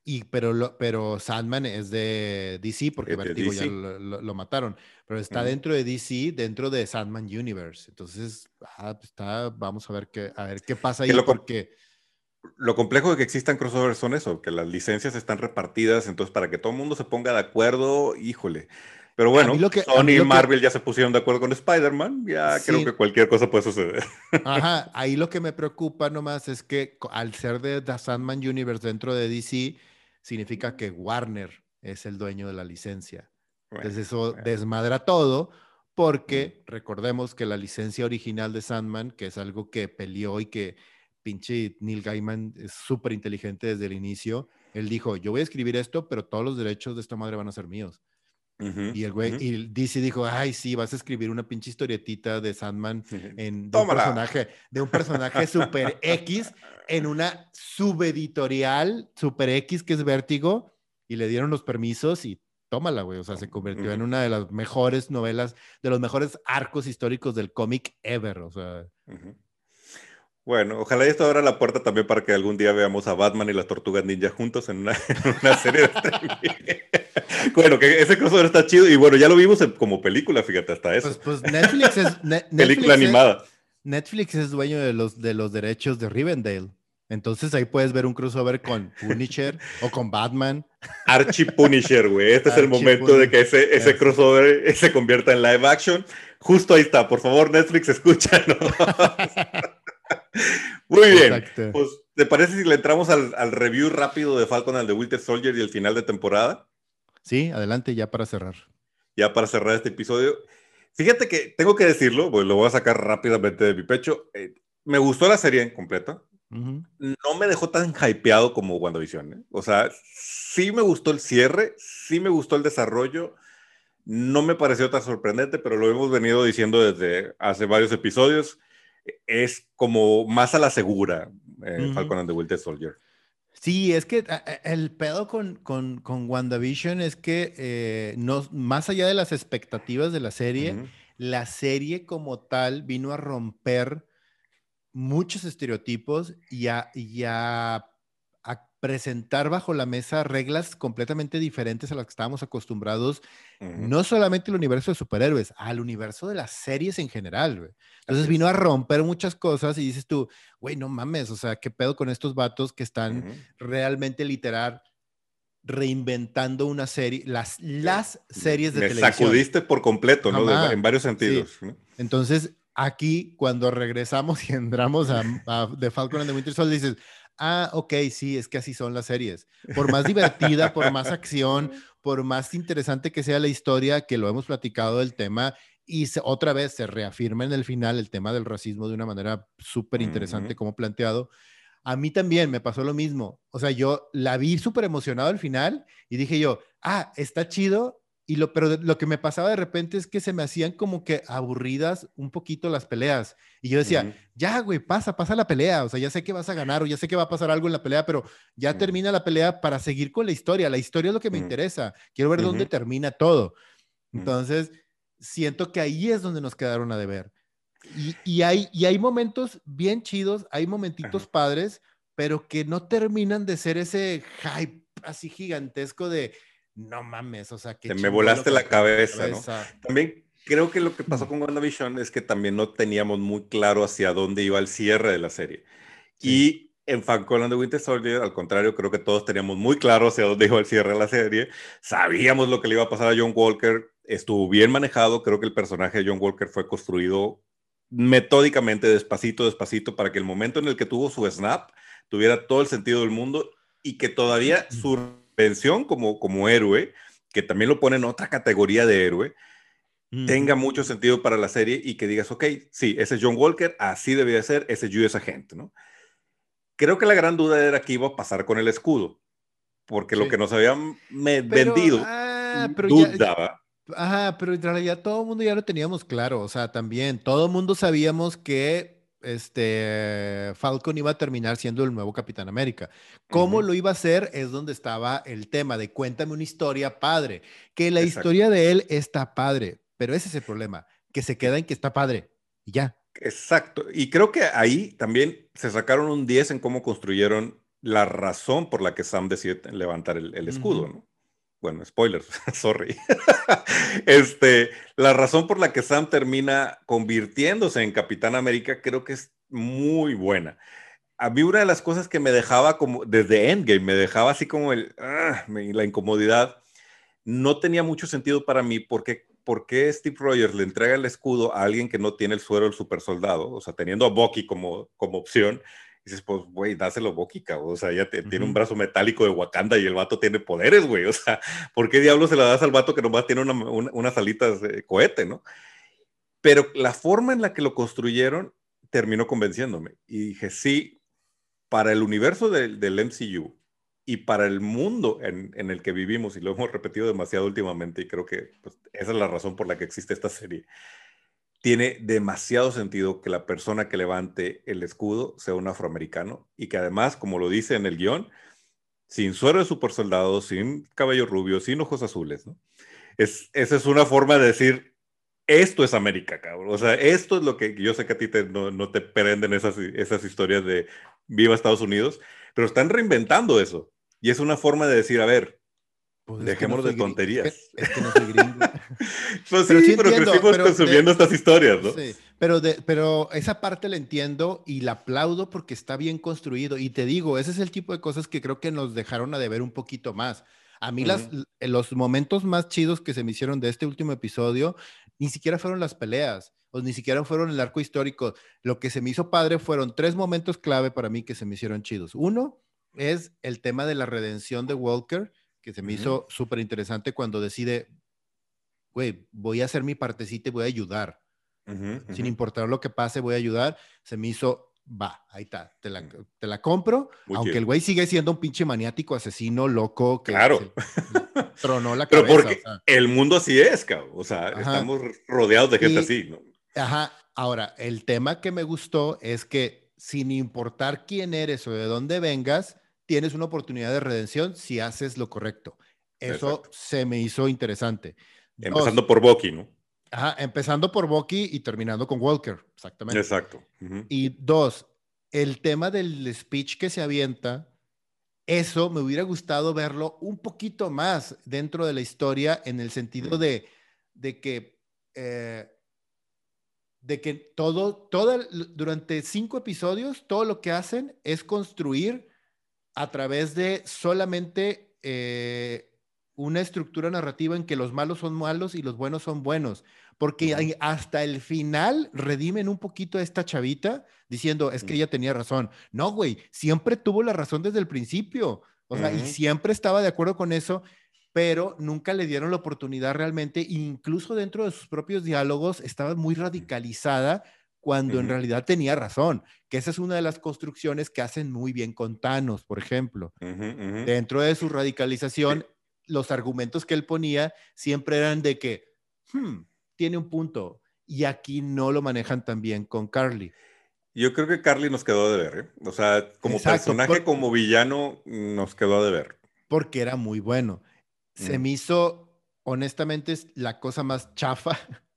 Y, pero, lo, pero Sandman es de D C porque eh, de Vertigo ya D C. lo, lo- lo mataron. Pero está Ujú. dentro de D C, dentro de Sandman Universe. Entonces, ah, pues está, vamos a ver qué, a ver qué pasa Que ahí lo, com- porque lo complejo de que existan crossovers son eso, que las licencias están repartidas, entonces para que todo el mundo se ponga de acuerdo, híjole. Pero a mí bueno, lo que, a Sony mí y lo que, Marvel ya se pusieron de acuerdo con Spider-Man, ya creo que sí, cualquier cosa puede suceder. ajá, ahí lo que me preocupa nomás es que co- al ser de The Sandman Universe dentro de D C, significa que Warner es el dueño de la licencia. Bueno, Entonces eso bueno. desmadra todo Mm, porque recordemos que la licencia original de Sandman, que es algo que peleó y que pinche Neil Gaiman es súper inteligente desde el inicio, él dijo, yo voy a escribir esto, pero todos los derechos de esta madre van a ser míos. ujú, Y el güey, ujú. y D C dijo, ay, sí, vas a escribir una pinche historietita de Sandman en, de un Tómala. personaje, de un personaje super X en una subeditorial super X que es Vértigo, y le dieron los permisos y tómala, güey. O sea, se convirtió en Ujú, una de las mejores novelas, de los mejores arcos históricos del cómic ever. O sea, ujú. Bueno, ojalá esto abra la puerta también para que algún día veamos a Batman y las Tortugas Ninja juntos en una, en una serie de streaming. Bueno, que ese crossover está chido y bueno, ya lo vimos en- como película, fíjate, hasta pues, eso. pues Netflix es, Ne- Película Netflix es, animada. Netflix es dueño de los, de los derechos de Rivendell. Entonces ahí puedes ver un crossover con Punisher o con Batman. Archie Punisher, güey. Este es el Archie momento de Punisher. que ese, ese Eso. crossover se convierta en live action. Justo ahí está. Por favor, Netflix, escúchanos. Muy bien. Exacto. Pues, ¿te parece si le entramos al, al review rápido de Falcon and the Winter Soldier y el final de temporada? Sí, adelante ya para cerrar. Ya para cerrar este episodio. Fíjate que tengo que decirlo, pues lo voy a sacar rápidamente de mi pecho. Eh, me gustó la serie en completa. Ujú. No me dejó tan hypeado como WandaVision, ¿eh? O sea, sí me gustó el cierre, sí me gustó el desarrollo. No me pareció tan sorprendente, pero lo hemos venido diciendo desde hace varios episodios. Es como más a la segura, eh, Ujú. Falcon and the Winter Soldier. Sí, es que a- a- el pedo con, con, con WandaVision es que eh, no, más allá de las expectativas de la serie, Ujú, la serie como tal vino a romper muchos estereotipos y a, y a, a presentar bajo la mesa reglas completamente diferentes a las que estábamos acostumbrados, ujú. no solamente el universo de superhéroes, al universo de las series en general, güey. Entonces Así vino es. a romper muchas cosas y dices tú, güey, no mames, o sea, ¿qué pedo con estos vatos que están Ujú. realmente literal reinventando una serie, las, Eh, las me, series de me televisión? sacudiste por completo, ¿no? De- en Jamás, varios sí. sentidos, ¿no? Entonces, aquí, cuando regresamos y entramos a, a The Falcon and the Winter Soldier, dices, ah, ok, sí, es que así son las series. Por más divertida, por más acción, por más interesante que sea la historia, que lo hemos platicado del tema, y se, otra vez se reafirma en el final el tema del racismo de una manera súper interesante Ujú, como planteado. A mí también me pasó lo mismo. O sea, yo la vi súper emocionado al final y dije yo, ah, está chido. Y lo, pero lo que me pasaba de repente es que se me hacían como que aburridas un poquito las peleas. Y yo decía, ujú, ya, güey, pasa, pasa la pelea. O sea, ya sé que vas a ganar o ya sé que va a pasar algo en la pelea, pero ya ujú, termina la pelea para seguir con la historia. La historia es lo que me ujú, interesa. Quiero ver ujú, dónde termina todo. ujú. Entonces, siento que ahí es donde nos quedaron a deber. Y, y, hay, y hay momentos bien chidos, hay Ajá. momentitos padres, pero que no terminan de ser ese hype así gigantesco de, no mames, o sea, qué Te me chingón lo volaste que la metieron en la cabeza, ¿no? cabeza. También creo que lo que pasó con WandaVision es que también no teníamos muy claro hacia dónde iba el cierre de la serie. Sí. Y en Falcon and the Winter Soldier, al contrario, creo que todos teníamos muy claro hacia dónde iba el cierre de la serie. Sabíamos lo que le iba a pasar a John Walker. Estuvo bien manejado. Creo que el personaje de John Walker fue construido metódicamente, despacito, despacito, para que el momento en el que tuvo su snap tuviera todo el sentido del mundo y que todavía su redención como, como héroe, que también lo pone en otra categoría de héroe, tenga Ujú. mucho sentido para la serie y que digas, ok, sí, ese es John Walker, así debía ser, ese es U S Agent, ¿no? Creo que la gran duda era qué iba a pasar con el escudo, porque lo que Sí. nos habían me- Pero, vendido ah, pero ya, dudaba. ajá, pero en realidad todo el mundo ya lo teníamos claro, o sea, también todo el mundo sabíamos que este Falcon iba a terminar siendo el nuevo Capitán América. ¿Cómo Ujú, lo iba a hacer? Es donde estaba el tema de cuéntame una historia padre, que la exacto, historia de él está padre, pero ese es el problema, que se queda en que está padre y ya. exacto. Y creo que ahí también se sacaron un diez en cómo construyeron. la razón por la que Sam decide levantar el, el escudo, Ujú. ¿no? Bueno, spoilers, sorry. Este, la razón por la que Sam termina convirtiéndose en Capitán América creo que es muy buena. A mí una de las cosas que me dejaba como, desde Endgame, me dejaba así como el, ah, me- la incomodidad, no tenía mucho sentido para mí porque, ¿por qué Steve Rogers le entrega el escudo a alguien que no tiene el suero del super soldado? O sea, teniendo a Bucky como, como opción, dices, pues, güey, dáselo a Bucky, cabrón. O sea, ya te- tiene un Ujú. brazo metálico de Wakanda y el vato tiene poderes, güey. O sea, ¿por qué diablos se la das al vato que nomás tiene una, una- unas alitas de cohete, ¿no? Pero la forma en la que lo construyeron terminó convenciéndome. Y dije, sí, para el universo del, del M C U y para el mundo en, en el que vivimos, y lo hemos repetido demasiado últimamente, y creo que pues, esa es la razón por la que existe esta serie, tiene demasiado sentido que la persona que levante el escudo sea un afroamericano y que además, como lo dice en el guión, sin suero de super soldado, sin cabello rubio, sin ojos azules, ¿no? Es, esa es una forma de decir, esto es América, cabrón. O sea, esto es lo que yo sé que a ti te, no, no te prenden esas, esas historias de viva Estados Unidos, pero están reinventando eso. Y es una forma de decir, a ver, Pues es que no dejémonos de soy gringo, es que, tonterías. es que no soy gringo. Pues Pero sí sí, pero entiendo, crecimos pero de, consumiendo estas historias, ¿no? sí, pero de, pero esa parte la entiendo y la aplaudo porque está bien construido. Y te digo, ese es el tipo de cosas que creo que nos dejaron a deber un poquito más. A mí las, Ujú, los momentos más chidos que se me hicieron de este último episodio ni siquiera fueron las peleas, o ni siquiera fueron el arco histórico. Lo que se me hizo padre fueron tres momentos clave para mí que se me hicieron chidos. Uno es el tema de la redención de Walker, que se me ujú, hizo súper interesante cuando decide, güey, voy a hacer mi partecita y voy a ayudar. ujú, Sin ujú, importar lo que pase, voy a ayudar. Se me hizo, va, ahí está, te la, ujú. te la compro, Muy aunque chido. el güey sigue siendo un pinche maniático, asesino, loco, que se Claro. le tronó la Pero cabeza, o porque sea, el mundo así es, cabrón. O sea, ajá. estamos rodeados de gente Y, así, ¿no? ajá, ahora, el tema que me gustó es que sin importar quién eres o de dónde vengas, tienes una oportunidad de redención si haces lo correcto. Eso Exacto. se me hizo interesante. Dos, Empezando por Bucky, ¿no? ajá, empezando por Bucky y terminando con Walker, exactamente. Exacto. Ujú, Y dos, el tema del speech que se avienta, eso me hubiera gustado verlo un poquito más dentro de la historia en el sentido ujú, de, de que, eh, de que todo, todo, durante cinco episodios, todo lo que hacen es construir a través de solamente eh, una estructura narrativa en que los malos son malos y los buenos son buenos. ujú, Porque hasta el final redimen un poquito a esta chavita diciendo, es que ujú, ella tenía razón. No, güey, siempre tuvo la razón desde el principio. O sea, y ujú, siempre estaba de acuerdo con eso, pero nunca le dieron la oportunidad realmente. Incluso dentro de sus propios diálogos estaba muy radicalizada cuando en ujú, realidad tenía razón, que esa es una de las construcciones que hacen muy bien con Thanos, por ejemplo. ujú, ujú. Dentro de su Sí, radicalización, los argumentos que él ponía siempre eran de que, hmm, tiene un punto, y aquí no lo manejan tan bien con Carly. yo creo que Carly nos quedó de ver, ¿eh? O sea, como Exacto, personaje, por, como villano, nos quedó de ver. porque era muy bueno. Se Mm. me hizo, honestamente, es la cosa más chafa.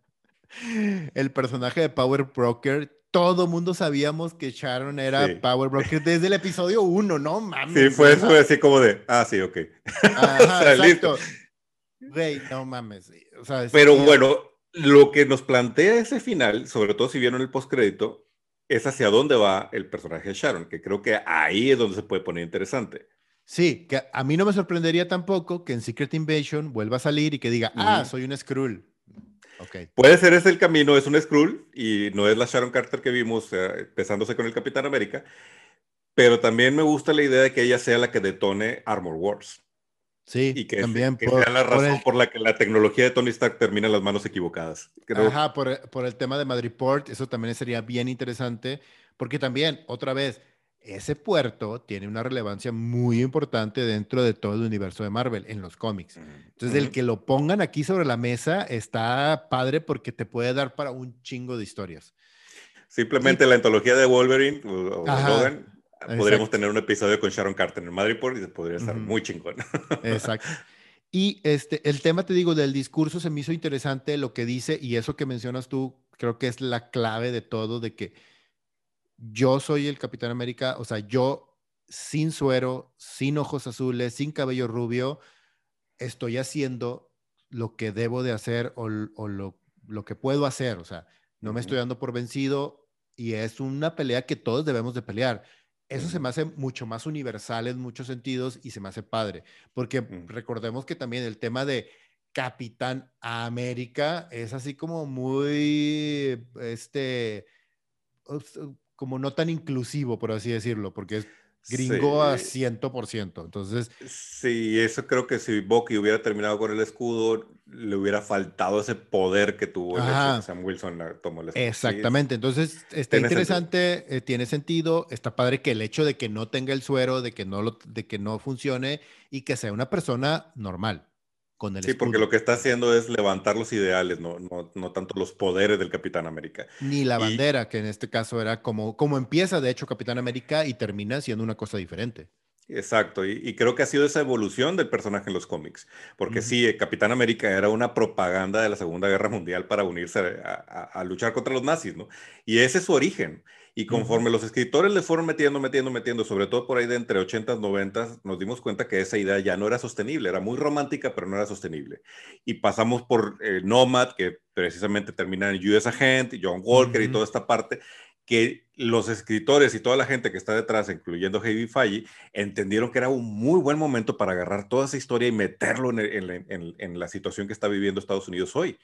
El personaje de Power Broker, todo mundo sabíamos que Sharon era Sí, Power Broker desde el episodio uno, no sí, mames, fue, o sea, fue así como de, ah, sí, ok. O ajá, sea, listo. exacto. Güey, no mames. O sea, sí, Pero y a- bueno, lo que nos plantea ese final, sobre todo si vieron el postcrédito, es hacia dónde va el personaje de Sharon, que creo que ahí es donde se puede poner interesante. sí, que a mí no me sorprendería tampoco que en Secret Invasion vuelva a salir y que diga, ah, Ujú. soy un Skrull. Ok. Puede ser ese el camino, es un Skrull y no es la Sharon Carter que vimos eh, pesándose con el Capitán América, pero también me gusta la idea de que ella sea la que detone Armor Wars y Sí, que, se- también que sea por, la por razón el, por la que la tecnología de Tony Stark termina en las manos equivocadas. Creo, ajá, por, el- por el tema de Madripoor, eso también sería bien interesante, porque también, otra vez, ese puerto tiene una relevancia muy importante dentro de todo el universo de Marvel, en los cómics. Entonces, el ujú. que lo pongan aquí sobre la mesa está padre porque te puede dar para un chingo de historias. Simplemente Y, la antología de Wolverine o, o de ajá, Logan, podríamos exacto. tener un episodio con Sharon Carter en Madripoor y podría estar Ujú, muy chingón. exacto. Y este, el tema, te digo, del discurso se me hizo interesante lo que dice y eso que mencionas tú, creo que es la clave de todo, de que yo soy el Capitán América, o sea, yo sin suero, sin ojos azules, sin cabello rubio, estoy haciendo lo que debo de hacer o, o lo, lo que puedo hacer. O sea, no me estoy Ujú, dando por vencido y es una pelea que todos debemos de pelear. Eso se ujú, me hace mucho más universal en muchos sentidos y se me hace padre, porque ujú. recordemos que también el tema de Capitán América es así como muy, este, como no tan inclusivo, por así decirlo, porque es gringo a Sí, ciento por ciento. Entonces, sí, eso creo que si Bucky hubiera terminado con el escudo, le hubiera faltado ese poder que tuvo el hecho de que ajá, Sam Wilson la- tomó el escudo. Sí, es- exactamente. Entonces, está tiene sentido. interesante, eh, tiene sentido, está padre que el hecho de que no tenga el suero, de que no, lo, de que no funcione y que sea una persona normal con el Sí, porque lo escudo. que está haciendo es levantar los ideales, no, no, no tanto los poderes del Capitán América. Ni la Y bandera, que en este caso era como, como empieza, de hecho, Capitán América y termina siendo una cosa diferente. exacto, y, y creo que ha sido esa evolución del personaje en los cómics, porque Ujú, sí, eh, Capitán América era una propaganda de la Segunda Guerra Mundial para unirse a, a- a luchar contra los nazis, ¿no? Y ese es su origen. Y ujú, conforme los escritores le fueron metiendo, metiendo, metiendo, sobre todo por ahí de entre ochentas, noventas, nos dimos cuenta que esa idea ya no era sostenible, era muy romántica, pero no era sostenible. Y pasamos por eh, Nomad, que precisamente termina en U S Agent, y John Walker y ujú. toda esta parte, que los escritores y toda la gente que está detrás, incluyendo Heidi Feige, entendieron que era un muy buen momento para agarrar toda esa historia y meterlo en, el- en en- en la situación que está viviendo Estados Unidos hoy.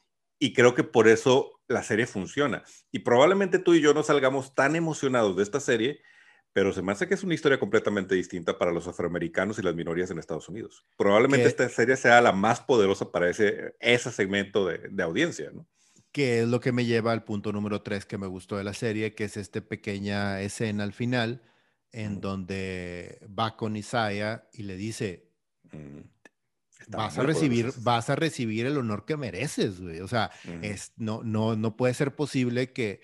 Y creo que por eso la serie funciona. Y probablemente tú y yo no salgamos tan emocionados de esta serie, pero se me hace que es una historia completamente distinta para los afroamericanos y las minorías en Estados Unidos. Probablemente Que, esta serie sea la más poderosa para ese, ese segmento de, de audiencia, ¿no? que es lo que me lleva al punto número tres que me gustó de la serie, que es esta pequeña escena al final en Mm, donde va con Isaiah y le dice, mm. Está vas a muy poderosa recibir, esa serie. vas a recibir el honor que mereces, güey. O sea, Mm, es, no, no, no puede ser posible que,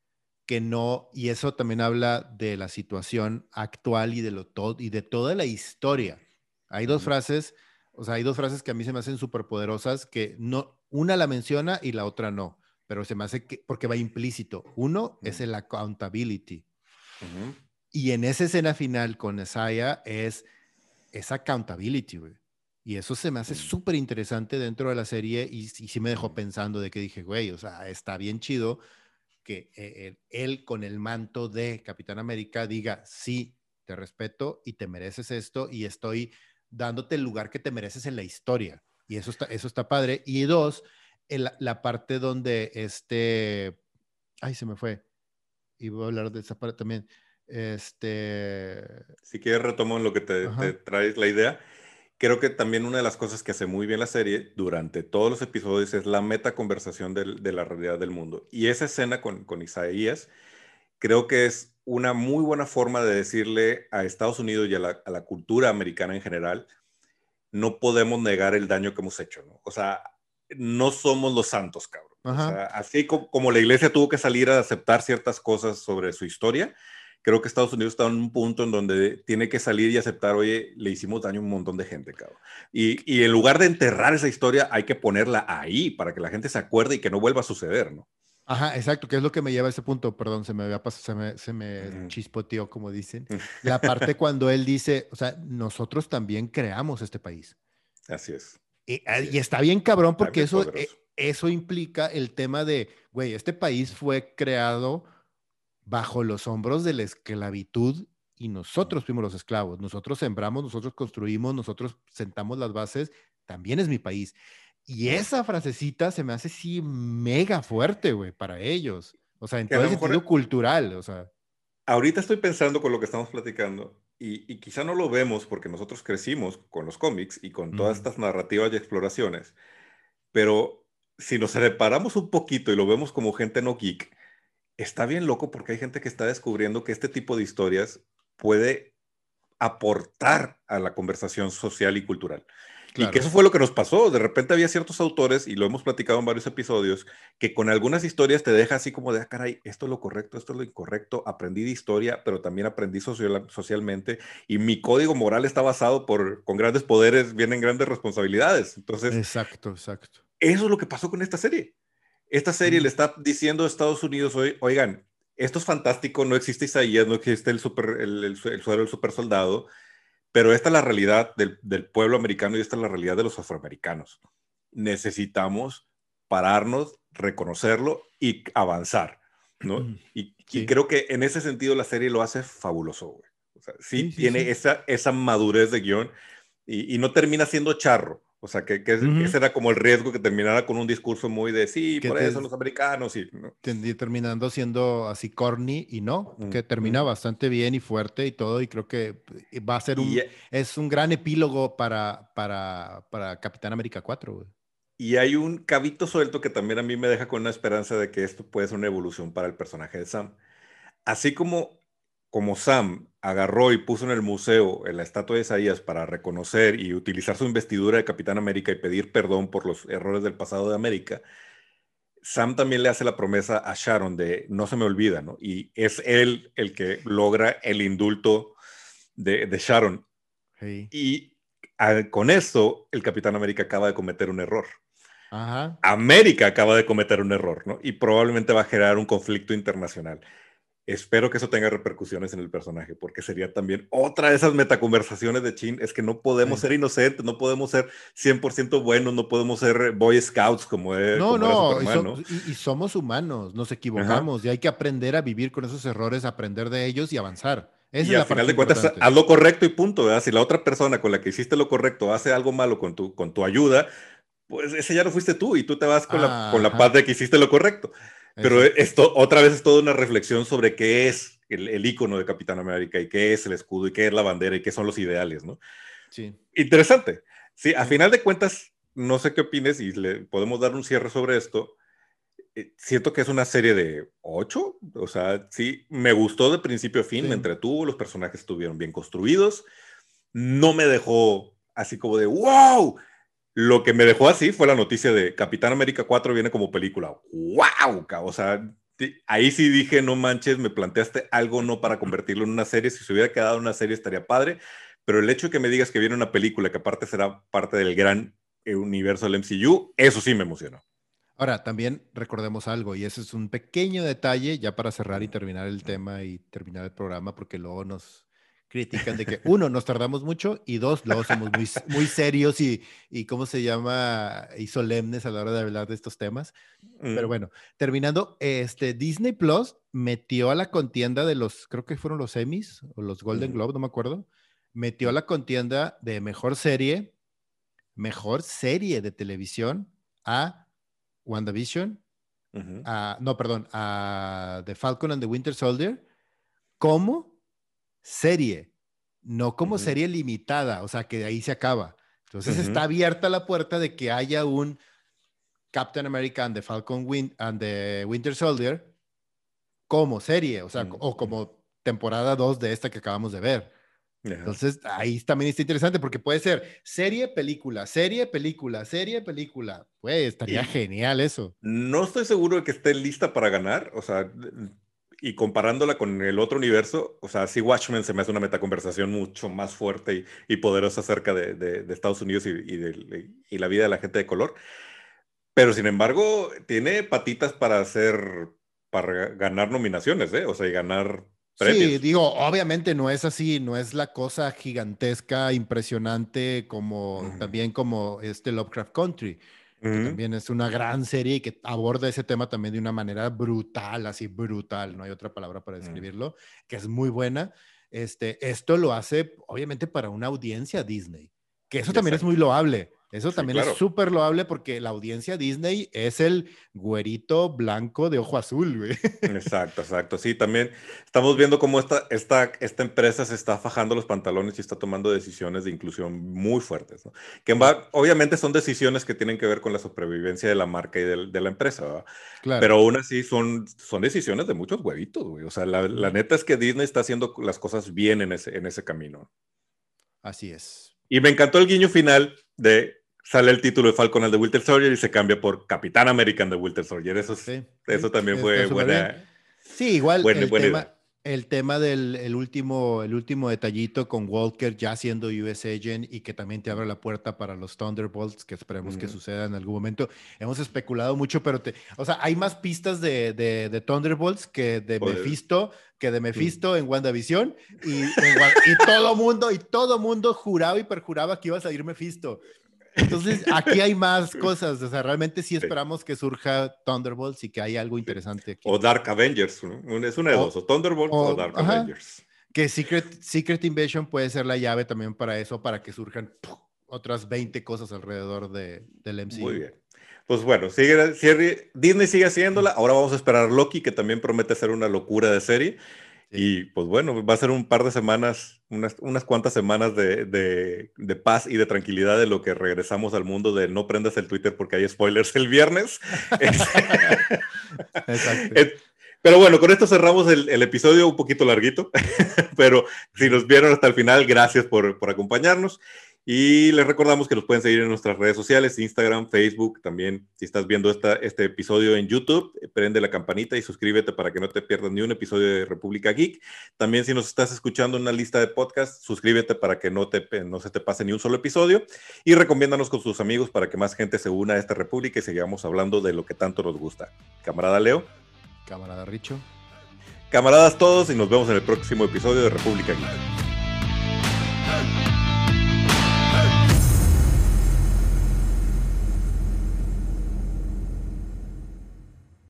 que no, y eso también habla de la situación actual y de lo todo, y de toda la mm, historia. Hay dos mm, frases, o sea, hay dos frases que a mí se me hacen súper poderosas, que no, una la menciona y la otra no, pero se me hace que, porque va implícito. Uno es mm, el accountability. mm, Y en esa escena final con Isaiah es esa accountability, güey. Y eso se me hace mm, súper interesante dentro de la serie y, y sí me dejó mm, pensando de que dije, güey, o sea, está bien chido que eh, él, él con el manto de Capitán América diga, sí, te respeto y te mereces esto y estoy dándote el lugar que te mereces en la historia. Y eso está, eso está padre. Y dos, el, la parte donde este, ay, se me fue, iba a hablar de esa parte también, este, Si quieres retomo en lo que te, te ajá, traes la idea. Creo que también una de las cosas que hace muy bien la serie durante todos los episodios es la meta conversación del- de la realidad del mundo. Y esa escena con, con Isaías creo que es una muy buena forma de decirle a Estados Unidos y a la, a la cultura americana en general, no podemos negar el daño que hemos hecho, ¿no? O sea, no somos los santos, cabrón. O ajá. sea, así co- como la iglesia tuvo que salir a aceptar ciertas cosas sobre su historia, creo que Estados Unidos está en un punto en donde tiene que salir y aceptar, oye, le hicimos daño a un montón de gente, cabrón. Y, y en lugar de enterrar esa historia, hay que ponerla ahí para que la gente se acuerde y que no vuelva a suceder, ¿no? Ajá, exacto, que es lo que me lleva a ese punto, perdón, se me había pasado, se me, se me Ujú. chispoteó, como dicen. La parte cuando él dice, o sea, nosotros también creamos este país. Así es, Y, ah, así y es. está bien cabrón Ah, porque bien eso, poderoso. eh, eso implica el tema de, güey, este país fue creado bajo los hombros de la esclavitud y nosotros fuimos los esclavos. Nosotros sembramos, nosotros construimos, nosotros sentamos las bases. También es mi país. Y Mm. esa frasecita se me hace sí mega fuerte, güey, para ellos. O sea, en Que a todo el lo sentido mejor cultural, o sea. ahorita estoy pensando con lo que estamos platicando y, y quizá no lo vemos porque nosotros crecimos con los cómics y con todas Ujú. estas narrativas y exploraciones, pero si nos separamos un poquito y lo vemos como gente no geek, está bien loco porque hay gente que está descubriendo que este tipo de historias puede aportar a la conversación social y cultural. Y que Claro. eso fue lo que nos pasó. De repente había ciertos autores, y lo hemos platicado en varios episodios, que con algunas historias te deja así como de, ah, caray, esto es lo correcto, esto es lo incorrecto. Aprendí de historia, pero también aprendí social, socialmente. Y mi código moral está basado por, con grandes poderes vienen grandes responsabilidades. Entonces, Exacto, exacto. eso es lo que pasó con esta serie. Esta serie le Mm. está diciendo a Estados Unidos hoy, oigan, esto es fantástico, no existe Isaías, no existe el, super, el, el, el suero del super soldado, pero esta es la realidad del, del pueblo americano y esta es la realidad de los afroamericanos. Necesitamos pararnos, reconocerlo y avanzar, ¿no? Y, y Sí, creo que en ese sentido la serie lo hace fabuloso, güey. O sea, sí sí, sí, tiene sí. esa, esa madurez de guión y, y no termina siendo charro. O sea, que, que, que Ujú. ese era como el riesgo que terminara con un discurso muy de sí, Que por te, eso los americanos y ¿no? te- terminando siendo así corny y no, Uh que termina -huh. bastante bien y fuerte y todo y creo que va a ser y, un, es un gran epílogo para, para, para Capitán América cuatro, güey. y hay un cabito suelto que también a mí me deja con una esperanza de que esto puede ser una evolución para el personaje de Sam. Así como, como Sam agarró y puso en el museo en la estatua de Isaías para reconocer y utilizar su investidura de Capitán América y pedir perdón por los errores del pasado de América, Sam también le hace la promesa a Sharon de no se me olvida, ¿no? Y es él el que logra el indulto de, de Sharon. Sí. Y a, con esto, el Capitán América acaba de cometer un error. Ajá. América acaba de cometer un error, ¿no? Y probablemente va a generar un conflicto internacional. Espero que eso tenga repercusiones en el personaje, porque sería también otra de esas metaconversaciones de Chin, es que no podemos Sí. ser inocentes, no podemos ser cien por ciento buenos, no podemos ser Boy Scouts como, era, No, como era no, y, Superman, so- ¿no? y- y somos humanos, nos Ajá. equivocamos y hay que aprender a vivir con esos errores, aprender de ellos y avanzar. Esa Y es al la final parte de cuentas, importante. haz lo correcto y punto, ¿verdad? Si la otra persona con la que hiciste lo correcto hace algo malo con tu, con tu ayuda, pues ese ya no fuiste tú y tú te vas con la, con la paz Ajá, de que hiciste lo correcto. Pero exacto. esto otra vez es toda una reflexión sobre qué es el, el icono de Capitán América y qué es el escudo y qué es la bandera y qué son los ideales, ¿no? Sí, Interesante. Sí, a sí, final de cuentas, no sé qué opines y le podemos dar un cierre sobre esto. Eh, siento que es una serie de ocho, o sea, sí, me gustó de principio a fin, me sí. entretuvo, los personajes estuvieron bien construidos, no me dejó así como de wow. Lo que me dejó así fue la noticia de Capitán América cuatro viene como película. ¡Wow! O sea, ahí sí dije, no manches, me planteaste algo no para convertirlo en una serie. Si se hubiera quedado en una serie estaría padre. Pero el hecho de que me digas que viene una película que aparte será parte del gran eh, universo del M C U, eso sí me emocionó. Ahora, también recordemos algo, y ese es un pequeño detalle ya para cerrar y terminar el tema y terminar el programa, porque luego nos critican de que, uno, nos tardamos mucho y dos, luego somos muy, muy serios y, y, ¿cómo se llama? Y solemnes a la hora de hablar de estos temas. Pero Mm, bueno, terminando, este, Disney Plus metió a la contienda de los, creo que fueron los Emmys o los Golden mm, Globe, no me acuerdo, metió a mm, la contienda de mejor serie, mejor serie de televisión a WandaVision, mm, a, no, perdón, a The Falcon and the Winter Soldier como serie, no como mm, serie limitada, o sea que de ahí se acaba. Entonces está mm, abierta la puerta de que haya un Captain America and the Falcon Win and the Winter Soldier como serie, o sea, mm, o como temporada dos de esta que acabamos de ver. ajá. Entonces, ahí también está interesante porque puede ser serie, película, serie, película, serie, película. Pues estaría Y genial eso. no estoy seguro de que esté lista para ganar, o sea, y comparándola con el otro universo, o sea, sí Watchmen se me hace una metaconversación mucho más fuerte y, y poderosa acerca de, de, de Estados Unidos y, y, de, y, la vida de la gente de color, pero sin embargo tiene patitas para hacer, para ganar nominaciones, ¿eh? O sea, y ganar Sí, premios. digo, obviamente no es así, no es la cosa gigantesca, impresionante como Mm. también como este Lovecraft Country, que Mm. también es una gran serie y que aborda ese tema también de una manera brutal, así brutal, no hay otra palabra para Mm. describirlo, que es muy buena. Este, esto lo hace obviamente para una audiencia Disney, que eso también es muy Exacto. loable. Eso Sí, también es claro. súper loable porque la audiencia Disney es el güerito blanco de ojo azul, güey. Exacto, exacto. Sí, también estamos viendo cómo esta, esta, esta empresa se está fajando los pantalones y está tomando decisiones de inclusión muy fuertes, ¿no? Que Sí, va, obviamente son decisiones que tienen que ver con la supervivencia de la marca y de, de la empresa, ¿verdad? Pero claro. aún así son, son decisiones de muchos huevitos, güey. O sea, la, la neta es que Disney está haciendo las cosas bien en ese, en ese camino. Así es. Y me encantó el guiño final de sale el título de Falcon and the Winter Soldier y se cambia por Capitán American the Winter Soldier. Eso, es, Sí, eso sí, también está fue súper bien. buena, Sí, igual buena, el buena tema, idea. El tema del el último, el último detallito con Walker ya siendo U S Agent y que también te abre la puerta para los Thunderbolts, que esperemos que Ujú. suceda en algún momento. Hemos especulado mucho, pero te, o sea, hay más pistas de, de, de Thunderbolts que de Pues, Mephisto, que de mm. Mephisto en WandaVision y, en, Wa- y todo mundo, y todo mundo juraba y perjuraba que iba a salir Mephisto. Entonces, aquí hay más cosas, o sea, realmente sí Sí. esperamos que surja Thunderbolts y que haya algo Sí. interesante aquí. O Dark Avengers, ¿no? Es una de dos, O, o Thunderbolts o o, Dark ajá, Avengers. que Secret, Secret Invasion puede ser la llave también para eso, para que surjan ¡puf! Otras veinte cosas alrededor de, del Muy M C U. bien. Pues bueno, sigue, sigue- Disney sigue haciéndola. Ahora vamos a esperar Loki, que también promete ser una locura de serie. Sí. Y pues bueno, va a ser un par de semanas, unas, unas cuantas semanas de, de- de paz y de tranquilidad de lo que regresamos al mundo de no prendas el Twitter porque hay spoilers el viernes. Es- Exacto. es- pero bueno, con esto cerramos el, el episodio un poquito larguito, pero si nos vieron hasta el final, gracias por, por acompañarnos. Y les recordamos que nos pueden seguir en nuestras redes sociales, Instagram, Facebook, también si estás viendo esta, este episodio en YouTube, prende la campanita y suscríbete para que no te pierdas ni un episodio de República Geek. También si nos estás escuchando en una lista de podcasts, suscríbete para que no, te, no se te pase ni un solo episodio y recomiéndanos con tus amigos para que más gente se una a esta República y sigamos hablando de lo que tanto nos gusta. Camarada Leo. Camarada Richo. Camaradas todos y nos vemos en el próximo episodio de República Geek.